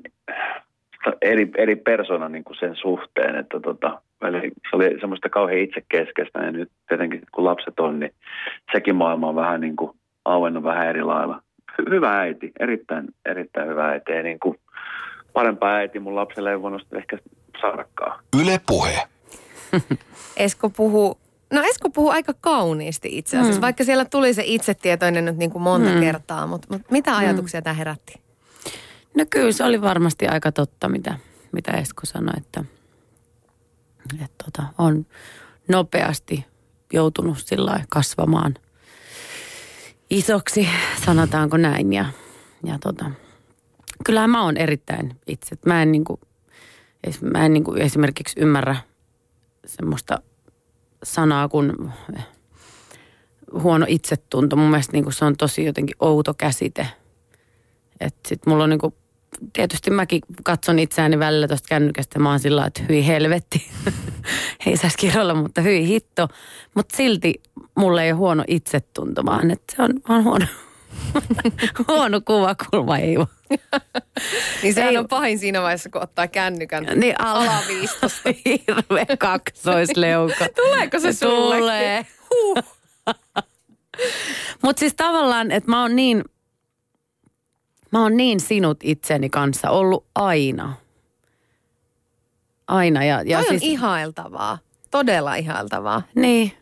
eri persona niin kuin sen suhteen, että se oli semmoista kauhean itsekeskeistä ja nyt tietenkin kun lapset on, niin sekin maailma on vähän niin kuin auennut vähän eri lailla. Hyvä äiti, erittäin hyvä äiti. Ei niin kuin parempaa äiti mun lapselle ei voinut ehkä saadakaan. Yle Puhe. Esko puhuu aika kauniisti itse asiassa, vaikka siellä tuli se itsetietoinen nyt niin kuin monta kertaa, mutta mitä ajatuksia tämä herätti? No kyllä se oli varmasti aika totta, mitä Esko sanoi, että on nopeasti joutunut sillä lailla kasvamaan isoksi, sanotaanko näin. Ja kyllähän mä oon erittäin itse. Mä en esimerkiksi ymmärrä semmoista sanaa kuin huono itsetunto. Mun mielestä niin kuin se on tosi jotenkin outo käsite. Että sit mulla on niin kuin, tietysti mäkin katson itseäni välillä tuosta kännykästä. Mä oon sillä että hyi helvetti. Ei saisi kirjoilla, mutta hyi hitto. Mutta silti mulla ei ole huono itsetunto, vaan että se on huono kuvakulma, ei ole. Niin sehän on pahin siinä vaiheessa, kun ottaa kännykän niin alaviistosta. Hirveä kaksoisleuka. Tuleeko se sulle? Tulee. Mutta siis tavallaan, että mä oon niin sinut itseni kanssa ollut aina. Aina. Ja toi siis, on ihailtavaa. Todella ihailtavaa. Niin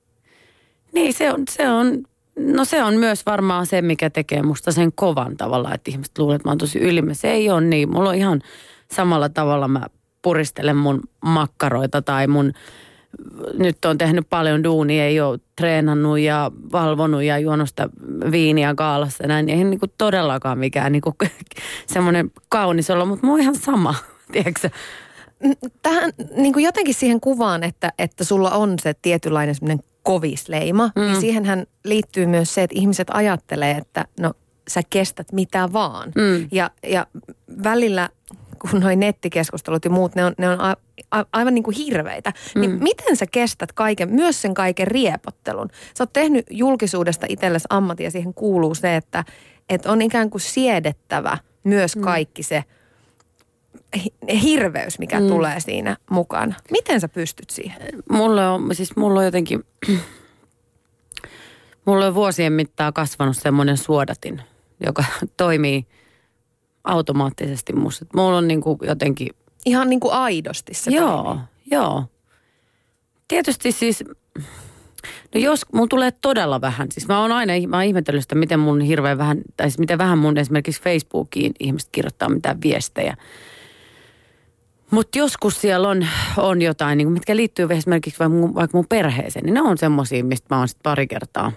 se on myös varmaan se, mikä tekee musta sen kovan tavalla, että ihmiset luulee, että mä oon tosi ylimä. Se ei ole niin. Mulla on ihan samalla tavalla mä puristelen mun makkaroita tai nyt on tehnyt paljon duunia, ei ole treenannut ja valvonut ja juonut sitä viiniä kaalassa ja näin. Ei niin kuin todellakaan mikään niin kuin semmoinen kaunis olla, mutta mulla on ihan sama, tiedätkö? Tähän niin kuin jotenkin siihen kuvaan, että sulla on se tietynlainen semmoinen kovisleima, niin siihenhän liittyy myös se, että ihmiset ajattelee, että no sä kestät mitä vaan. Ja välillä, kun noi nettikeskustelut ja muut, ne on aivan niin kuin hirveitä. Niin miten sä kestät kaiken, myös sen kaiken riepottelun? Sä oot tehnyt julkisuudesta itsellesi ammatin ja siihen kuuluu se, että on ikään kuin siedettävä myös kaikki se hirveys, mikä tulee siinä mukana. Miten sä pystyt siihen? Mulla on jotenkin, mulla on vuosien mittaan kasvanut semmoinen suodatin, joka toimii automaattisesti musta. Mulla on niinku jotenkin... Ihan niinku aidosti se toimii. Joo. Tietysti siis, no jos mulla tulee todella vähän, siis mä oon ihmetellyt sitä, miten mun hirveän vähän, tai siis miten vähän mun esimerkiksi Facebookiin ihmiset kirjoittaa mitään viestejä. Mutta joskus siellä on jotain, niin mitkä liittyy esimerkiksi vaikka mun perheeseen, niin ne on semmosia, mistä mä oon sit pari kertaa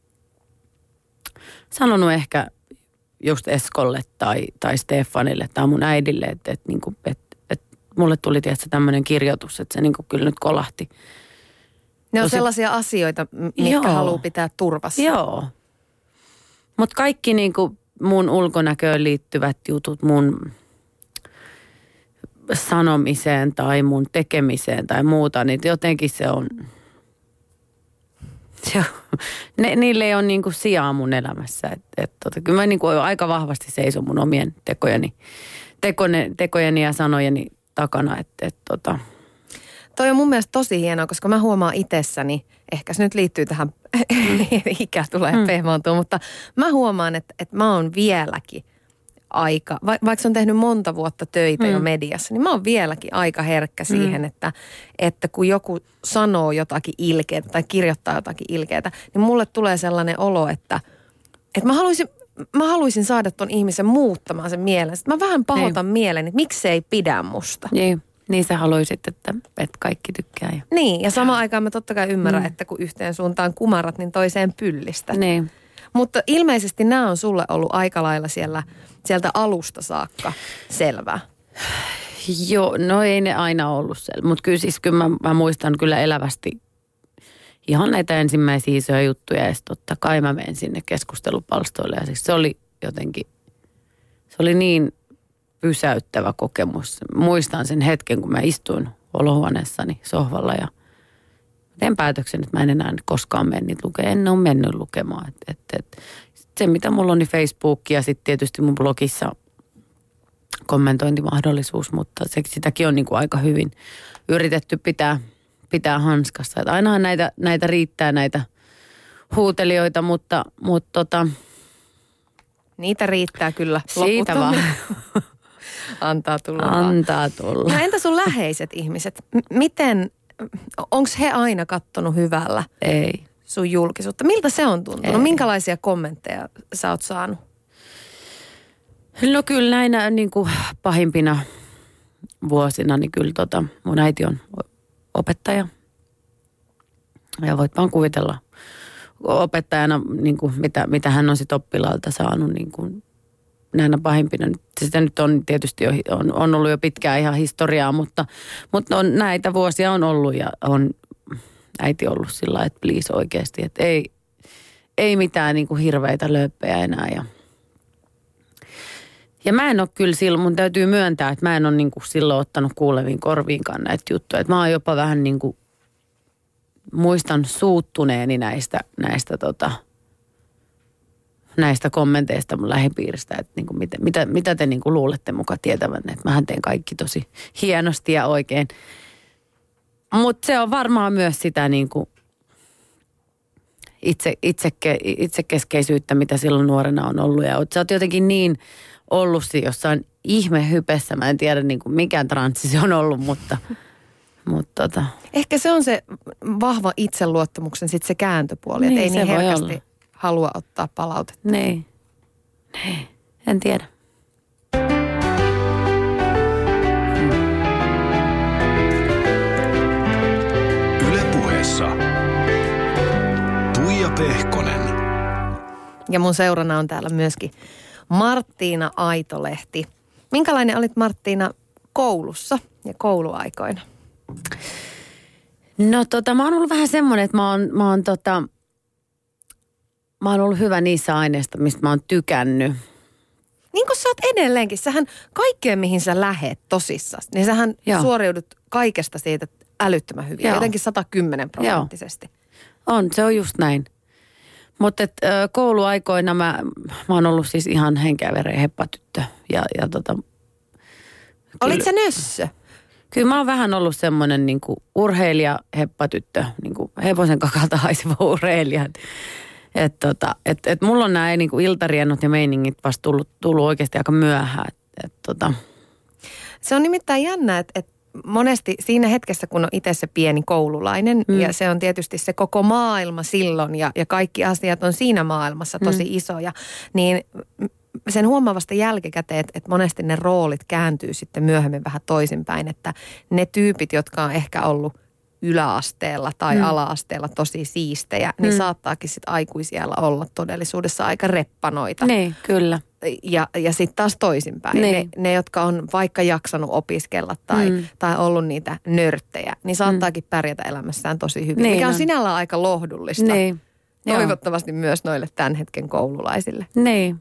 sanonut ehkä just Eskolle tai Stefanille tai mun äidille, että mulle tuli tietysti tämmöinen kirjoitus, että se niinku kyllä nyt kolahti. Ne on sellaisia asioita, mitkä haluaa pitää turvassa. Joo. Mutta kaikki niinku mun ulkonäköön liittyvät jutut, mun sanomiseen tai mun tekemiseen tai muuta, niin jotenkin se on niille ei ole niinku sijaa mun elämässä. Kyllä mä niinku aika vahvasti seison mun omien tekojeni ja sanojeni takana. Toi on mun mielestä tosi hienoa, koska mä huomaan itsessäni, ehkä se nyt liittyy tähän, ikä tulee pehmaantua, mutta mä huomaan, että mä oon vieläkin aika, vaikka se on tehnyt monta vuotta töitä jo mediassa, niin mä oon vieläkin aika herkkä siihen, että kun joku sanoo jotakin ilkeätä tai kirjoittaa jotakin ilkeätä, niin mulle tulee sellainen olo, että mä haluaisin saada ton ihmisen muuttamaan sen mielen. Sitten mä vähän pahoitan mielen, että miksi se ei pidä musta. Niin sä haluaisit, että kaikki tykkää. Ja... Niin, ja samaan aikaan mä totta kai ymmärrän, että kun yhteen suuntaan kumarat, niin toiseen pyllistä. Niin. Mutta ilmeisesti nämä on sulle ollut aika lailla sieltä alusta saakka selvää. Joo, no ei ne aina ollut selvä. Mutta kyllä mä muistan kyllä elävästi ihan näitä ensimmäisiä isoja juttuja. Ja totta kai mä menen sinne keskustelupalstoille. Ja siis se oli jotenkin, se oli niin pysäyttävä kokemus. Muistan sen hetken, kun mä istuin olohuoneessani sohvalla ja teen päätöksen, että mä en enää koskaan mennyt lukemaan. En ole mennyt lukemaan. Se, mitä mulla on, niin Facebook ja sitten tietysti mun blogissa kommentointimahdollisuus, mutta sitäkin on niin kuin aika hyvin yritetty pitää hanskassa. Että ainahan näitä riittää, näitä huutelijoita, mutta niitä riittää kyllä siitä vaan. Antaa tulla. Antaa tulla. No entä sun läheiset ihmiset? Onko he aina kattonut hyvällä Ei. sun julkisuutta? Miltä se on tuntunut? Ei. Minkälaisia kommentteja sä oot saanut? No kyllä näinä niin kuin pahimpina vuosina, niin kyllä mun äiti on opettaja. Ja voit vaan kuvitella opettajana, niin kuin mitä hän on sit oppilaalta saanut niin kuin näinä pahimpina. Sitä nyt on tietysti on ollut jo pitkään ihan historiaa, mutta näitä vuosia on ollut ja on äiti ollut sillä lailla, että please oikeasti, että ei mitään niin kuin hirveitä lööppejä enää. Ja mä en ole kyllä silloin, mun täytyy myöntää, että mä en ole niin kuin silloin ottanut kuuleviin korviinkaan näitä juttuja. Että mä oon jopa vähän niin kuin, muistan suuttuneeni näistä kommenteista mun lähipiiristä, että niin kuin mitä te niin kuin luulette muka tietävän, että mähän teen kaikki tosi hienosti ja oikein. Mutta se on varmaan myös sitä niin kuin itsekeskeisyyttä, mitä silloin nuorena on ollut. Ja sä oot jotenkin niin ollut jossain ihmehypessä, mä en tiedä niin kuin mikä transsi se on ollut, mutta Ehkä se on se vahva itseluottamuksen sit se kääntöpuoli, että ei niin herkästi halua ottaa palautetta. Niin. En tiedä. Yle Puheessa Tuija Pehkonen. Ja mun seurana on täällä myöskin Marttiina Aitolehti. Minkälainen olit, Marttiina, koulussa ja kouluaikoina? No mä oon ollut vähän semmoinen, että mä oon ollut hyvä niissä aineista, mistä mä oon tykännyt. Niin kuin sä oot edelleenkin, sähän kaikkeen mihin sä lähet tosissaan, niin sähän suoriudut kaikesta siitä älyttömän hyvin. Jotenkin 110%. Se on just näin. Mutta kouluaikoina mä oon ollut siis ihan henkeä veren heppatyttö. Olit sä nössö? Kyllä mä oon vähän ollut semmoinen niinku urheilija, heppatyttö, niinku hevosen kakalta haiseva urheilija. Et mulla on nämä niinku iltariennot ja meiningit vasta tullut oikeasti aika myöhään. Se on nimittäin jännä, että monesti siinä hetkessä, kun on itse se pieni koululainen ja se on tietysti se koko maailma silloin ja kaikki asiat on siinä maailmassa tosi isoja, niin sen huomaavasta jälkikäteen, että monesti ne roolit kääntyy sitten myöhemmin vähän toisinpäin, että ne tyypit, jotka on ehkä ollut yläasteella tai ala-asteella tosi siistejä, niin saattaakin sitten aikuisiällä olla todellisuudessa aika reppanoita. Niin, kyllä. Ja sitten taas toisinpäin. Niin. Ne, jotka on vaikka jaksanut opiskella tai ollut niitä nörttejä, niin saattaakin pärjätä elämässään tosi hyvin. Niin mikä on on sinällään aika lohdullista. Niin. Toivottavasti myös noille tämän hetken koululaisille. Niin.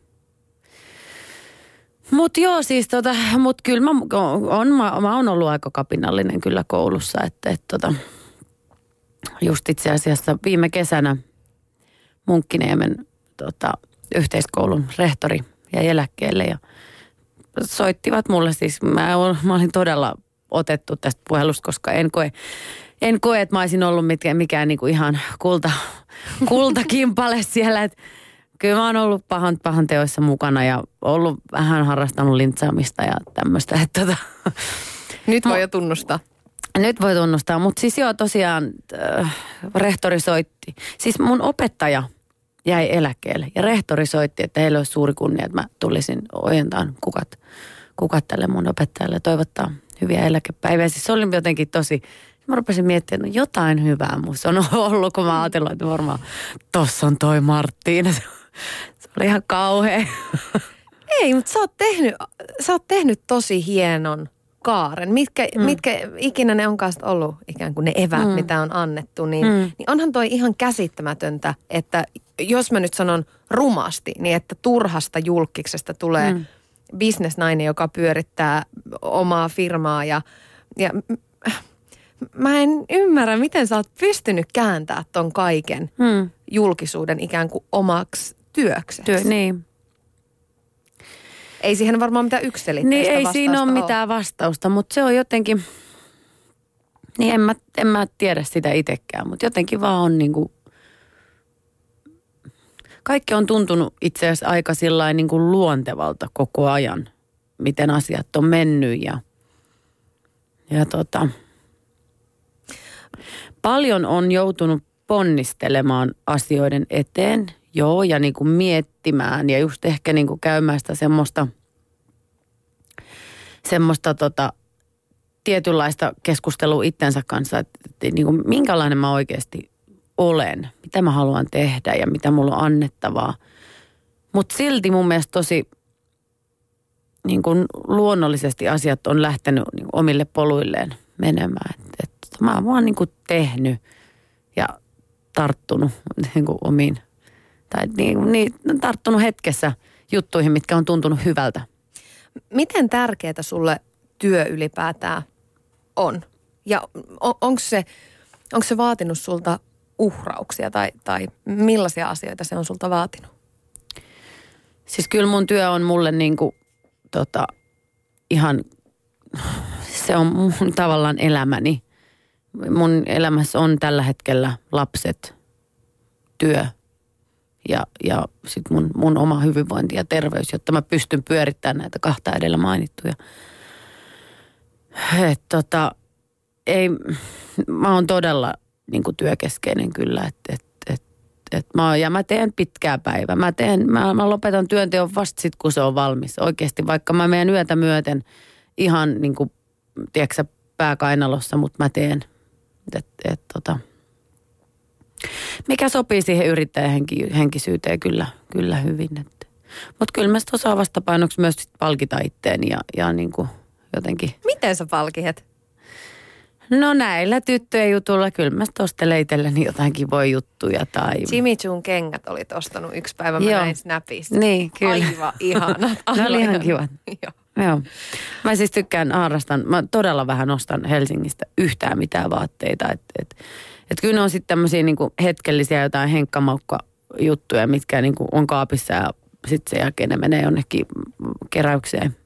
Mutta joo siis mut kyllä mä oon ollut aika kapinallinen kyllä koulussa, että just itse asiassa viime kesänä Munkkiniemen yhteiskoulun rehtori jäi eläkkeelle ja soittivat mulle siis, mä olin todella otettu tästä puhelusta, koska en koe, että mä olisin ollut mikään niinku ihan kultakimpale siellä, että kyllä mä oon ollut pahan teoissa mukana ja ollut vähän harrastanut lintsaamista ja tämmöistä. Nyt voi jo tunnustaa. Nyt voi tunnustaa, mutta siis joo tosiaan rehtori soitti. Siis mun opettaja jäi eläkkeelle ja rehtori soitti, että heillä olisi suuri kunnia, että mä tulisin ojentamaan kukat tälle mun opettajalle ja toivottaa hyviä eläkepäiviä. Siis se oli jotenkin tosi, mä rupesin miettimään, että no jotain hyvää musta on ollut, kun mä ajattelin, että varmaan tossa on toi Marttiina. Se oli ihan kauhea. Ei, mutta sä oot tehnyt tosi hienon kaaren. Mitkä ikinä ne onkaan ollut ikään kuin ne eväät, mitä on annettu, niin onhan toi ihan käsittämätöntä, että jos mä nyt sanon rumasti, niin että turhasta julkiksesta tulee bisnesnainen, joka pyörittää omaa firmaa ja mä en ymmärrä, miten sä oot pystynyt kääntämään ton kaiken julkisuuden ikään kuin omaksi työkseksi. Niin. Ei siihen varmaan mitään yksiselitteistä niin, ei vastausta siinä ole mitään vastausta, mutta se on jotenkin, niin en mä tiedä sitä itsekään, mutta jotenkin vaan on niinku, kaikki on tuntunut itse asiassa aika sillain niinku luontevalta koko ajan, miten asiat on mennyt ja paljon on joutunut ponnistelemaan asioiden eteen, joo, ja niinku miettimään ja just ehkä niinku käymään sitä semmoista tietynlaista keskustelua itsensä kanssa, että niinku minkälainen mä oikeasti olen, mitä mä haluan tehdä ja mitä mulla on annettavaa. Mutta silti mun mielestä tosi niinku luonnollisesti asiat on lähtenyt niinku omille poluilleen menemään. Et mä oon vaan niinku tehnyt ja tarttunut niinku omiin tai tarttunut hetkessä juttuihin, mitkä on tuntunut hyvältä. Miten tärkeää sulle työ ylipäätään on? Ja onko se vaatinut sulta uhrauksia tai millaisia asioita se on sulta vaatinut? Siis kyllä mun työ on mulle niinku ihan, se on mun tavallaan elämäni. Mun elämässä on tällä hetkellä lapset, työ ja sitten mun oma hyvinvointi ja terveys, jotta mä pystyn pyörittämään näitä kahta edellä mainittuja. Mä oon todella niinku työkeskeinen kyllä, mä teen pitkää päivää. Mä lopetan työnteon vasta sit, kun se on valmis. Oikeasti, vaikka mä menen yötä myöten ihan niinku, tiedätkö, pääkainalossa, mutta mä teen. Mikä sopii siihen yrittäjän henkisyyteen kyllä hyvin. Mutta kyllä mä osaan vastapainoksi myös palkita itteeni ja niinku jotenkin. Miten sä palkihet? No näillä tyttöjen jutulla kyllä mä ostelen itselleni jotain kivoja juttuja tai. Jimmy Choon kengät olit ostanut yksi päivä, mä näin Snapissa. Niin, kyllä. Aivan ihanat. Ne oli ihan kivat. Joo. Mä siis mä todella vähän ostan Helsingistä yhtään mitään vaatteita. Et kyllä ne on sitten tämmöisiä niinku hetkellisiä jotain henkkamaukka-juttuja, mitkä niinku on kaapissa ja sitten sen jälkeen ne menee jonnekin keräykseen.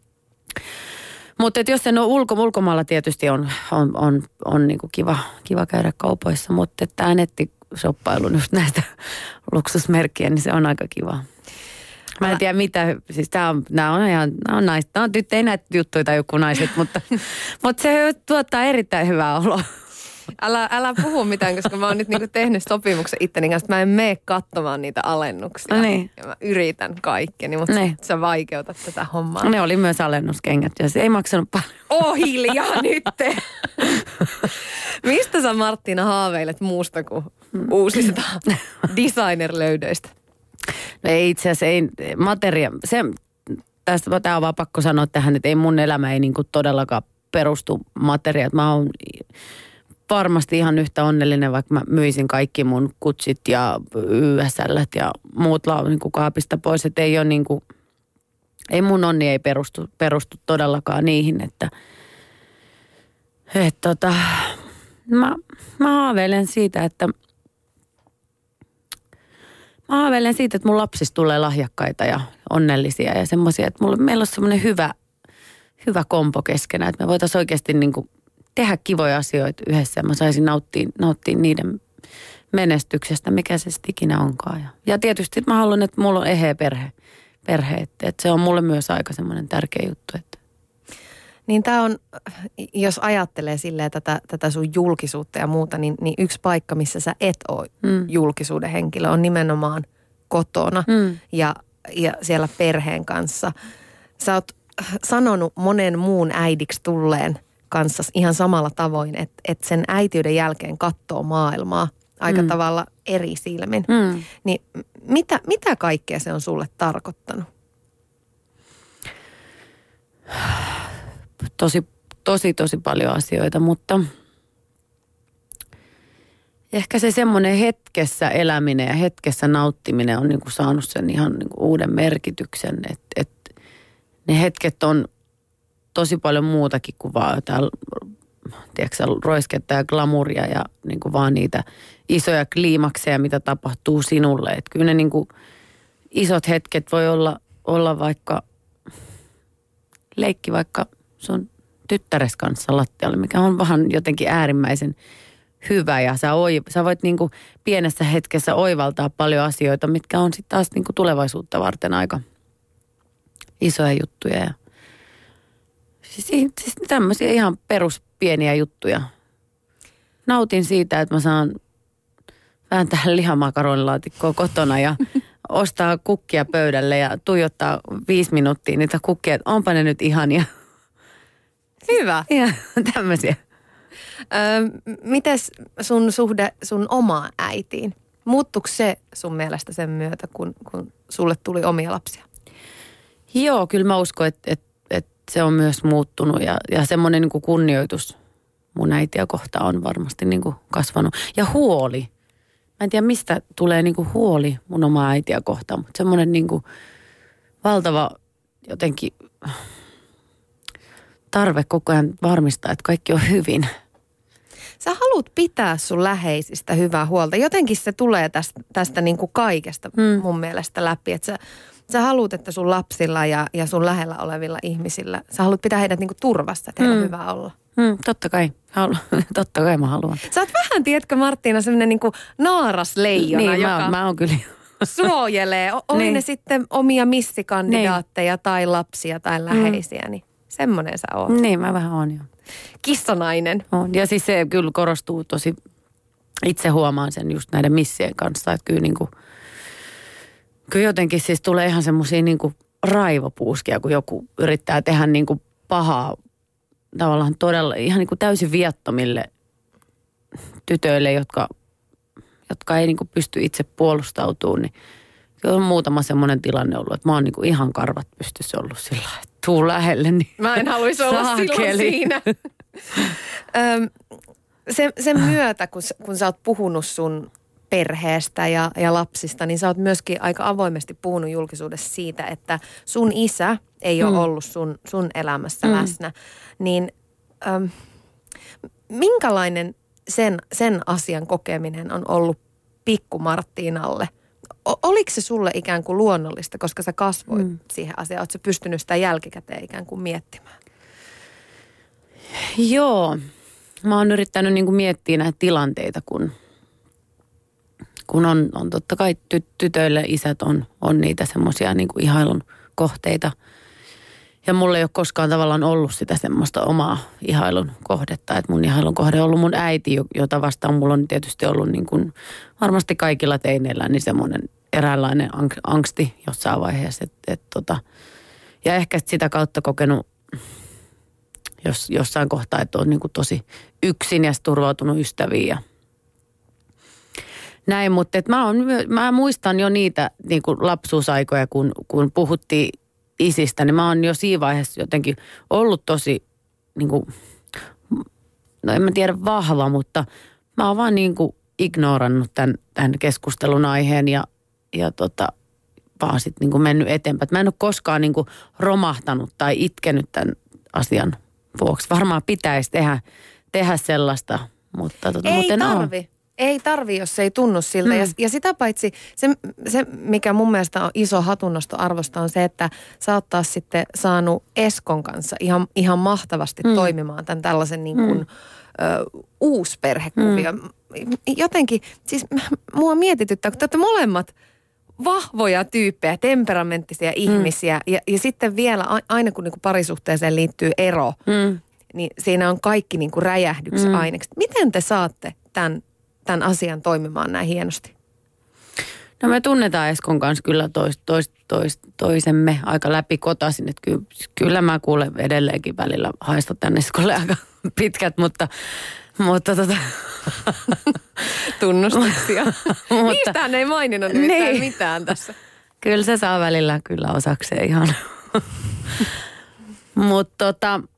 Mutta jos sen on ulkomailla tietysti on niinku kiva käydä kaupoissa, mutta tämä nettishoppailu just näistä luksusmerkkiä, niin se on aika kiva. Mä en tiedä mitä, siis nämä on tyttöjä näitä juttuja tai joku naiset, mutta se tuottaa erittäin hyvää oloa. Älä puhu mitään, koska mä oon nyt niinku tehnyt sopimuksen itteni kanssa, että mä en mene katsomaan niitä alennuksia. No niin. Ja mä yritän kaikkeni, mutta sä vaikeutat tätä hommaa. Ne oli myös alennuskengät ja se ei maksanut paljon. Hiljaa nyt! Mistä sä Marttiina haaveilet muusta kuin uusista designer-löydöistä? No ei itse asiassa, tämä on vaan pakko sanoa tähän, että ei mun elämä ei niinku todellakaan perustu materiaaliin. Mä oon varmasti ihan yhtä onnellinen, vaikka mä myisin kaikki mun kutsit ja YSL:t ja muut niinku kaapista pois. Että ei ole niinku, ei mun onni ei perustu todellakaan niihin, että mä haaveilen siitä, että mun lapsista tulee lahjakkaita ja onnellisia ja semmoisia, että meillä on semmoinen hyvä kompo keskenään, että me voitaisiin oikeasti niinku tehdä kivoja asioita yhdessä. Mä saisin nauttia niiden menestyksestä, mikä se sitten ikinä onkaan. Ja tietysti mä haluan, että mulla on eheä perhe että se on mulle myös aika semmoinen tärkeä juttu. Että. Niin tää on, jos ajattelee silleen tätä sun julkisuutta ja muuta, niin yksi paikka, missä sä et ole julkisuuden henkilö, on nimenomaan kotona ja siellä perheen kanssa. Sä oot sanonut monen muun äidiksi tulleen kanssa ihan samalla tavoin, että sen äitiyden jälkeen katsoo maailmaa aika tavalla eri silmin. Niin mitä kaikkea se on sulle tarkoittanut? Tosi paljon asioita, mutta ehkä se semmoinen hetkessä eläminen ja hetkessä nauttiminen on niin kuin saanut sen ihan niin kuin uuden merkityksen, että ne hetket on tosi paljon muutakin kuin vaan jotain, tiedätkö, roisketta ja glamouria ja niin kuin vaan niitä isoja kliimakseja, mitä tapahtuu sinulle. Että kyllä ne niin kuin isot hetket voi olla vaikka leikki vaikka sun tyttäres kanssa lattialle, mikä on vähän jotenkin äärimmäisen hyvä. Ja sä voit niin kuin pienessä hetkessä oivaltaa paljon asioita, mitkä on sitten taas niin kuin tulevaisuutta varten aika isoja juttuja. Ja siis tämmöisiä ihan peruspieniä juttuja. Nautin siitä, että mä saan vääntää lihamakaronilaatikoa kotona ja ostaa kukkia pöydälle ja tuijottaa 5 minuuttia niitä kukkia, että onpa ne nyt ihania. Hyvä. Ja tämmöisiä. Mites sun suhde sun omaan äitiin? Muuttuiko se sun mielestä sen myötä, kun sulle tuli omia lapsia? Joo, kyllä mä uskon, että se on myös muuttunut ja semmoinen niin kuin kunnioitus mun äitiä kohtaan on varmasti niin kuin kasvanut. Ja huoli. Mä en tiedä, mistä tulee niin kuin huoli mun omaa äitiä kohtaan, mutta semmoinen niin kuin valtava jotenkin tarve koko ajan varmistaa, että kaikki on hyvin. Sä haluat pitää sun läheisistä hyvää huolta. Jotenkin se tulee tästä niin kuin kaikesta mun mielestä läpi, että sä haluat, että sun lapsilla ja sun lähellä olevilla ihmisillä, sä haluat pitää heidät niin kuin turvassa, että heillä on hyvä olla. Totta kai. Totta kai mä haluan. Sä oot vähän, tiedätkö Marttiina, semmoinen niin kuin naarasleijona, niin, joka mä oon kyllä suojelee. Oli niin. ne sitten omia missikandidaatteja tai lapsia tai läheisiä, niin semmoinen sä oot. Niin, mä vähän oon jo. Kissanainen. On. Ja siis se kyllä korostuu tosi, itse huomaan sen just näiden missien kanssa, että kyllä niinku, kyllä jotenkin siis tulee ihan semmosia niinku raivopuuskia, kun joku yrittää tehdä niinku pahaa tavallaan todella ihan niinku täysin viattomille tytöille, jotka ei niinku pysty itse puolustautumaan, niin on muutama semmoinen tilanne ollut, että mä oon niinku ihan karvat pystyssä ollut sillä lailla, että tuu lähelle. Niin mä en haluaisi olla silloin siinä. Sen myötä, kun sä oot puhunut sun perheestä ja lapsista, niin sä oot myöskin aika avoimesti puhunut julkisuudessa siitä, että sun isä ei ole ollut sun elämässä läsnä. Niin minkälainen sen asian kokeminen on ollut pikku Marttiinalle? Oliko se sulle ikään kuin luonnollista, koska sä kasvoit siihen asiaan? Oletko sä pystynyt sitä jälkikäteen ikään kuin miettimään? Joo. Mä oon yrittänyt niin kuin miettiä näitä tilanteita, kun on totta kai tytöille isät on niitä semmoisia niin kuin ihailun kohteita. Ja mulla ei ole koskaan tavallaan ollut sitä semmoista omaa ihailun kohdetta. Että mun ihailun kohde on ollut mun äiti, jota vastaan mulla on tietysti ollut niin kuin varmasti kaikilla teineillä niin semmoinen eräänlainen angsti jossain vaiheessa. Ja ehkä sitä kautta kokenut jossain kohtaa, että on niin kuin tosi yksin ja turvautunut ystäviin ja näin. Mutta mä muistan jo niitä niin kuin lapsuusaikoja, kun puhuttiin isistä, niin mä oon jo siinä vaiheessa jotenkin ollut tosi, niin kuin, no en mä tiedä vahva, mutta mä oon vaan niin kuin ignorannut tämän keskustelun aiheen ja vaan sitten niin kuin mennyt eteenpäin. Mä en ole koskaan niin kuin romahtanut tai itkenyt tämän asian vuoksi. Varmaan pitäisi tehdä sellaista, mutta Ei tarvi, jos ei tunnu siltä. Ja sitä paitsi se, mikä mun mielestä on iso hatunnostoarvosta, on se, että sä oot taas sitten saanut Eskon kanssa ihan mahtavasti toimimaan tämän tällaisen niin kuin uusperhekuvio. Jotenkin, siis mua mietityttää, kun te olette molemmat vahvoja tyyppejä, temperamenttisia ihmisiä ja sitten vielä aina kun niinku parisuhteeseen liittyy ero, niin siinä on kaikki niinku räjähdyksen ainekset. Miten te saatte tämän asian toimimaan näin hienosti? No me tunnetaan Eskon kanssa kyllä toisemme aika läpikotaisin, että kyllä mä kuulen edelleenkin välillä haistan Eskolle aika pitkät, mutta tunnustuksia. Niistähän ei maininnut nimittäin mitään tässä. Kyllä se saa välillä kyllä osakseen ihan. Mutta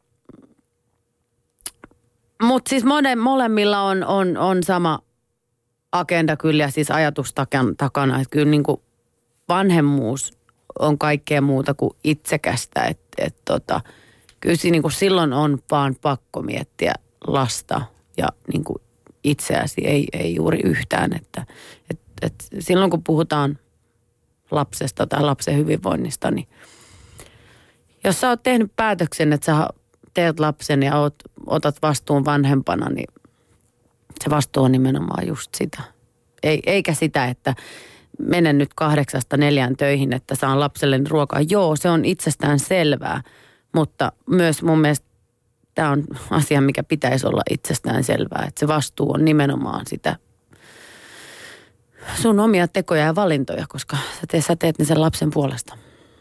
siis molemmilla on sama agenda kyllä ja siis ajatus takana. Että kyllä niin kuin vanhemmuus on kaikkea muuta kuin itsekästä. Kyllä niin kuin silloin on vaan pakko miettiä lasta ja niin kuin itseäsi ei juuri yhtään. Että silloin kun puhutaan lapsesta tai lapsen hyvinvoinnista, niin jos sä oot tehnyt päätöksen, että sä teet lapsen ja otat vastuun vanhempana, niin se vastuu on nimenomaan just sitä. Eikä sitä, että menen nyt 8-4 töihin, että saan lapselle ruokaa. Joo, se on itsestään selvää, mutta myös mun mielestä tämä on asia, mikä pitäisi olla itsestään selvää. Että se vastuu on nimenomaan sitä sun omia tekoja ja valintoja, koska sä teet ne sen lapsen puolesta.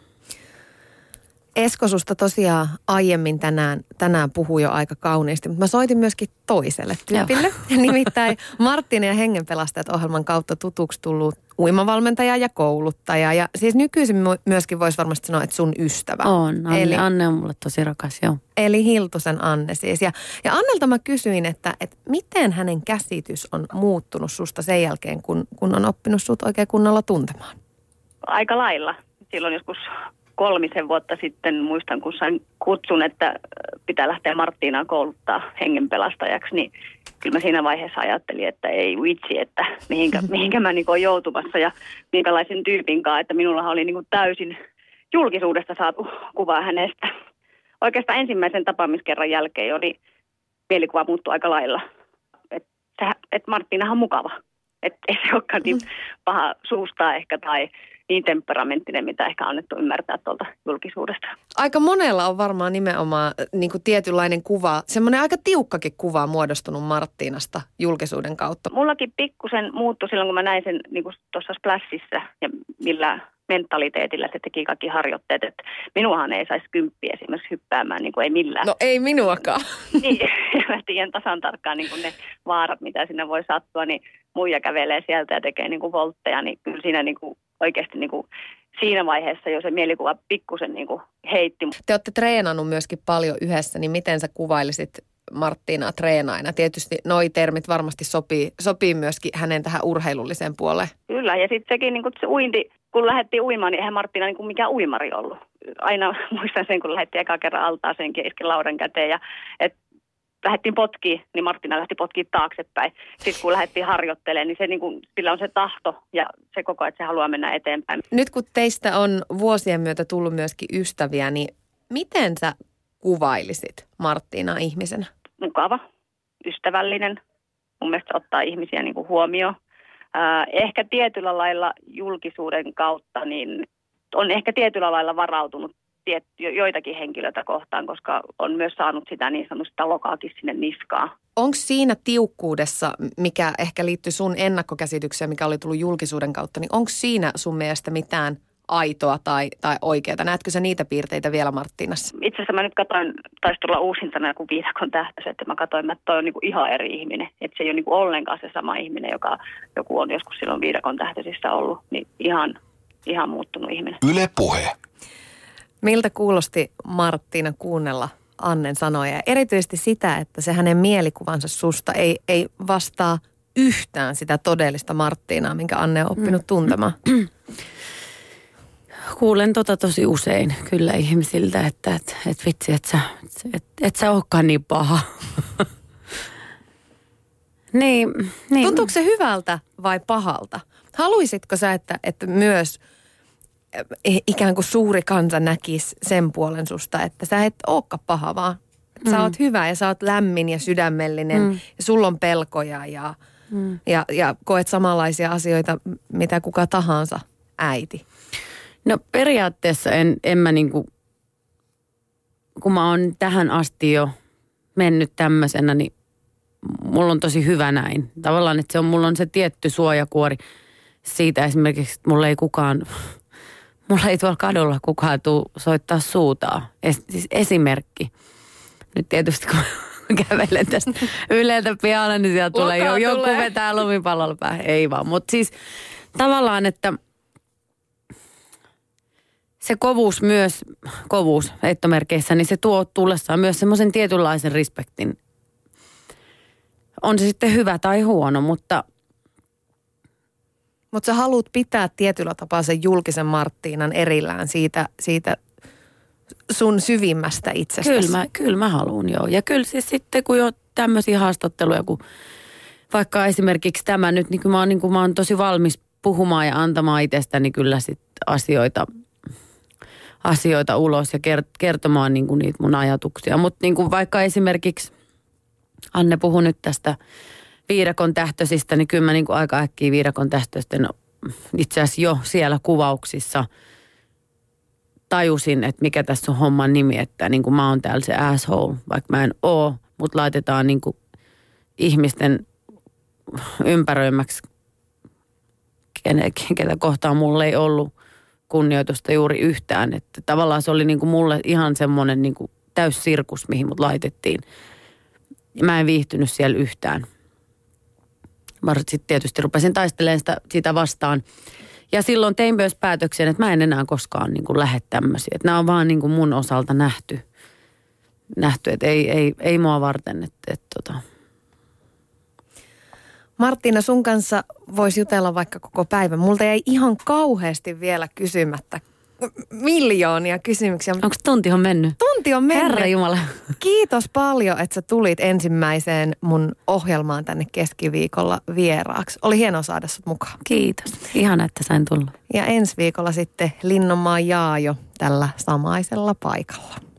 Esko, susta tosiaan aiemmin tänään puhui jo aika kauniisti, mutta mä soitin myöskin toiselle tyypille. Nimittäin Marttiina ja Hengenpelastajat -ohjelman kautta tutuksi tullut uimavalmentaja ja kouluttaja. Ja siis nykyisin myöskin voisi varmasti sanoa, että sun ystävä. On. Anne on mulle tosi rakas, joo. Eli Hiltusen Anne siis. Ja Annelta mä kysyin, että miten hänen käsitys on muuttunut susta sen jälkeen, kun on oppinut sut oikein kunnolla tuntemaan? Aika lailla. Silloin joskus 3 vuotta sitten muistan, kun sain kutsun, että pitää lähteä Marttiinaa kouluttaa hengenpelastajaksi, niin kyllä mä siinä vaiheessa ajattelin, että ei vitsi, että mihinkä mä olen joutumassa ja minkälaisen tyypin kanssa, että minullahan oli täysin julkisuudesta saatu kuvaa hänestä. Oikeastaan ensimmäisen tapaamiskerran jälkeen oli mielikuva muuttui aika lailla, että Marttiinahan on mukava, että ei se olekaan niin paha suusta ehkä tai niin temperamenttinen, mitä ehkä annettu ymmärtää tuolta julkisuudesta. Aika monella on varmaan nimenomaan niin kuin tietynlainen kuva, semmoinen aika tiukkakin kuva muodostunut Marttiinasta julkisuuden kautta. Mullakin pikkusen muuttui silloin, kun mä näin sen niin kuin tuossa Splashissa ja millä mentaliteetillä se teki kaikki harjoitteet, että minuahan ei saisi 10 esimerkiksi hyppäämään, niin kuin ei millään. No ei minuakaan. Niin, ja mä tiedän tasan tarkkaan niin kuin ne vaarat, mitä sinne voi sattua, niin muija kävelee sieltä ja tekee niin kuin voltteja, niin kyllä siinä niin kuin oikeasti niin kuin siinä vaiheessa jo se mielikuva pikkusen niin kuin heitti. Te olette treenannut myöskin paljon yhdessä, niin miten sä kuvailisit Marttiinaa treenaajana? Tietysti noi termit varmasti sopii myöskin hänen tähän urheilulliseen puoleen. Kyllä, ja sitten sekin niin kuin se uinti, kun lähdettiin uimaan, niin eihän Marttiina niin kuin mikään uimari ollut. Aina muistan sen, kun lähdettiin eka kerran altaaseenkin isken laudan käteen ja lähdettiin potkiin, niin Marttiina lähti potkiin taaksepäin. Sitten kun lähdettiin harjoittelemaan, niin se niin kuin, sillä on se tahto ja se koko, että se haluaa mennä eteenpäin. Nyt kun teistä on vuosien myötä tullut myöskin ystäviä, niin miten sä kuvailisit Marttiinaa ihmisenä? Mukava, ystävällinen, mun mielestä ottaa ihmisiä niin kuin huomioon. Ehkä tietyllä lailla julkisuuden kautta, niin on ehkä tietyllä lailla varautunut joitakin henkilöitä kohtaan, koska on myös saanut sitä niin sanotusta lokaakin sinne niskaan. Onko siinä tiukkuudessa, mikä ehkä liittyy sun ennakkokäsitykseen, mikä oli tullut julkisuuden kautta, niin onko siinä sun mielestä mitään aitoa tai oikeaa? Näetkö sä niitä piirteitä vielä Marttiinassa? Itse asiassa mä nyt katsoin, taisi tulla uusintana joku Viidakon tähtöiset, että mä katsoin, että toi on niinku ihan eri ihminen. Että se ei ole niinku ollenkaan se sama ihminen, joka joku on joskus silloin Viidakon tähtöisissä ollut, niin ihan muuttunut ihminen. Yle Puhe. Miltä kuulosti Marttiina kuunnella Annen sanoja? Ja erityisesti sitä, että se hänen mielikuvansa susta ei vastaa yhtään sitä todellista Marttiinaa, minkä Anne on oppinut tuntemaan. Kuulen tosi usein kyllä ihmisiltä, että vitsi, että sä olekaan niin paha. niin. Tuntuuko se hyvältä vai pahalta? Haluaisitko sä, että myös ikään kuin suuri kansa näkisi sen puolen susta, että sä et olekaan paha, vaan että sä oot hyvä ja sä oot lämmin ja sydämellinen ja sulla on pelkoja ja koet samanlaisia asioita, mitä kuka tahansa äiti? No periaatteessa en mä niinku, kun mä oon tähän asti jo mennyt tämmöisenä, niin mulla on tosi hyvä näin. Tavallaan, että mulla on se tietty suojakuori, siitä esimerkiksi, että mulla ei tuolla kadulla kukaan tule soittaa suutaa. Siis esimerkki. Nyt tietysti kun kävelen tästä Yleltä pihalle, niin siellä tulee joku vetää lumipallolla päähän. Ei vaan, mutta siis tavallaan, että se kovuus heittomerkeissä, niin se tuo tullessaan myös semmoisen tietynlaisen respektin. On se sitten hyvä tai huono, mutta... Mutta sä haluat pitää tietyllä tapaa sen julkisen Marttiinan erillään siitä sun syvimmästä itsestäsi. Kyllä mä haluan, joo. Ja kyllä siis sitten, kun jo tämmöisiä haastatteluja, kun vaikka esimerkiksi tämä nyt, niin mä oon tosi valmis puhumaan ja antamaan itsestäni kyllä sitten asioita ulos ja kertomaan niin kuin niitä mun ajatuksia. Mutta niin vaikka esimerkiksi Anne puhui nyt tästä viidakon tähtöisistä, niin kyllä mä niin kuin aika äkkiä viidakon tähtöisten itse asiassa jo siellä kuvauksissa tajusin, että mikä tässä on homman nimi, että niin kuin mä oon täällä se asshole, vaikka mä en oo, mutta laitetaan niin kuin ihmisten ympäröimäksi, ketä kohtaan mulle ei ollut kunnioitusta juuri yhtään. Että tavallaan se oli niin kuin mulle ihan semmoinen niin kuin täyssirkus, mihin mut laitettiin. Ja mä en viihtynyt siellä yhtään. Mä sitten tietysti rupesin taistelemaan sitä vastaan. Ja silloin tein myös päätöksen, että mä en enää koskaan niin kuin lähde tämmöisiä. Että nämä on vaan niin kuin mun osalta nähty että ei mua varten. Marttiina, sun kanssa voisi jutella vaikka koko päivän. Multa jäi ihan kauheasti vielä kysymättä miljoonia kysymyksiä. Onko tunti on mennyt? Tunti on mennyt. Herra Jumala. Kiitos paljon, että sä tulit ensimmäiseen mun ohjelmaan tänne keskiviikolla vieraaksi. Oli hienoa saada sut mukaan. Kiitos. Ihana, että sain tulla. Ja ensi viikolla sitten Linnanmaan Jaajo tällä samaisella paikalla.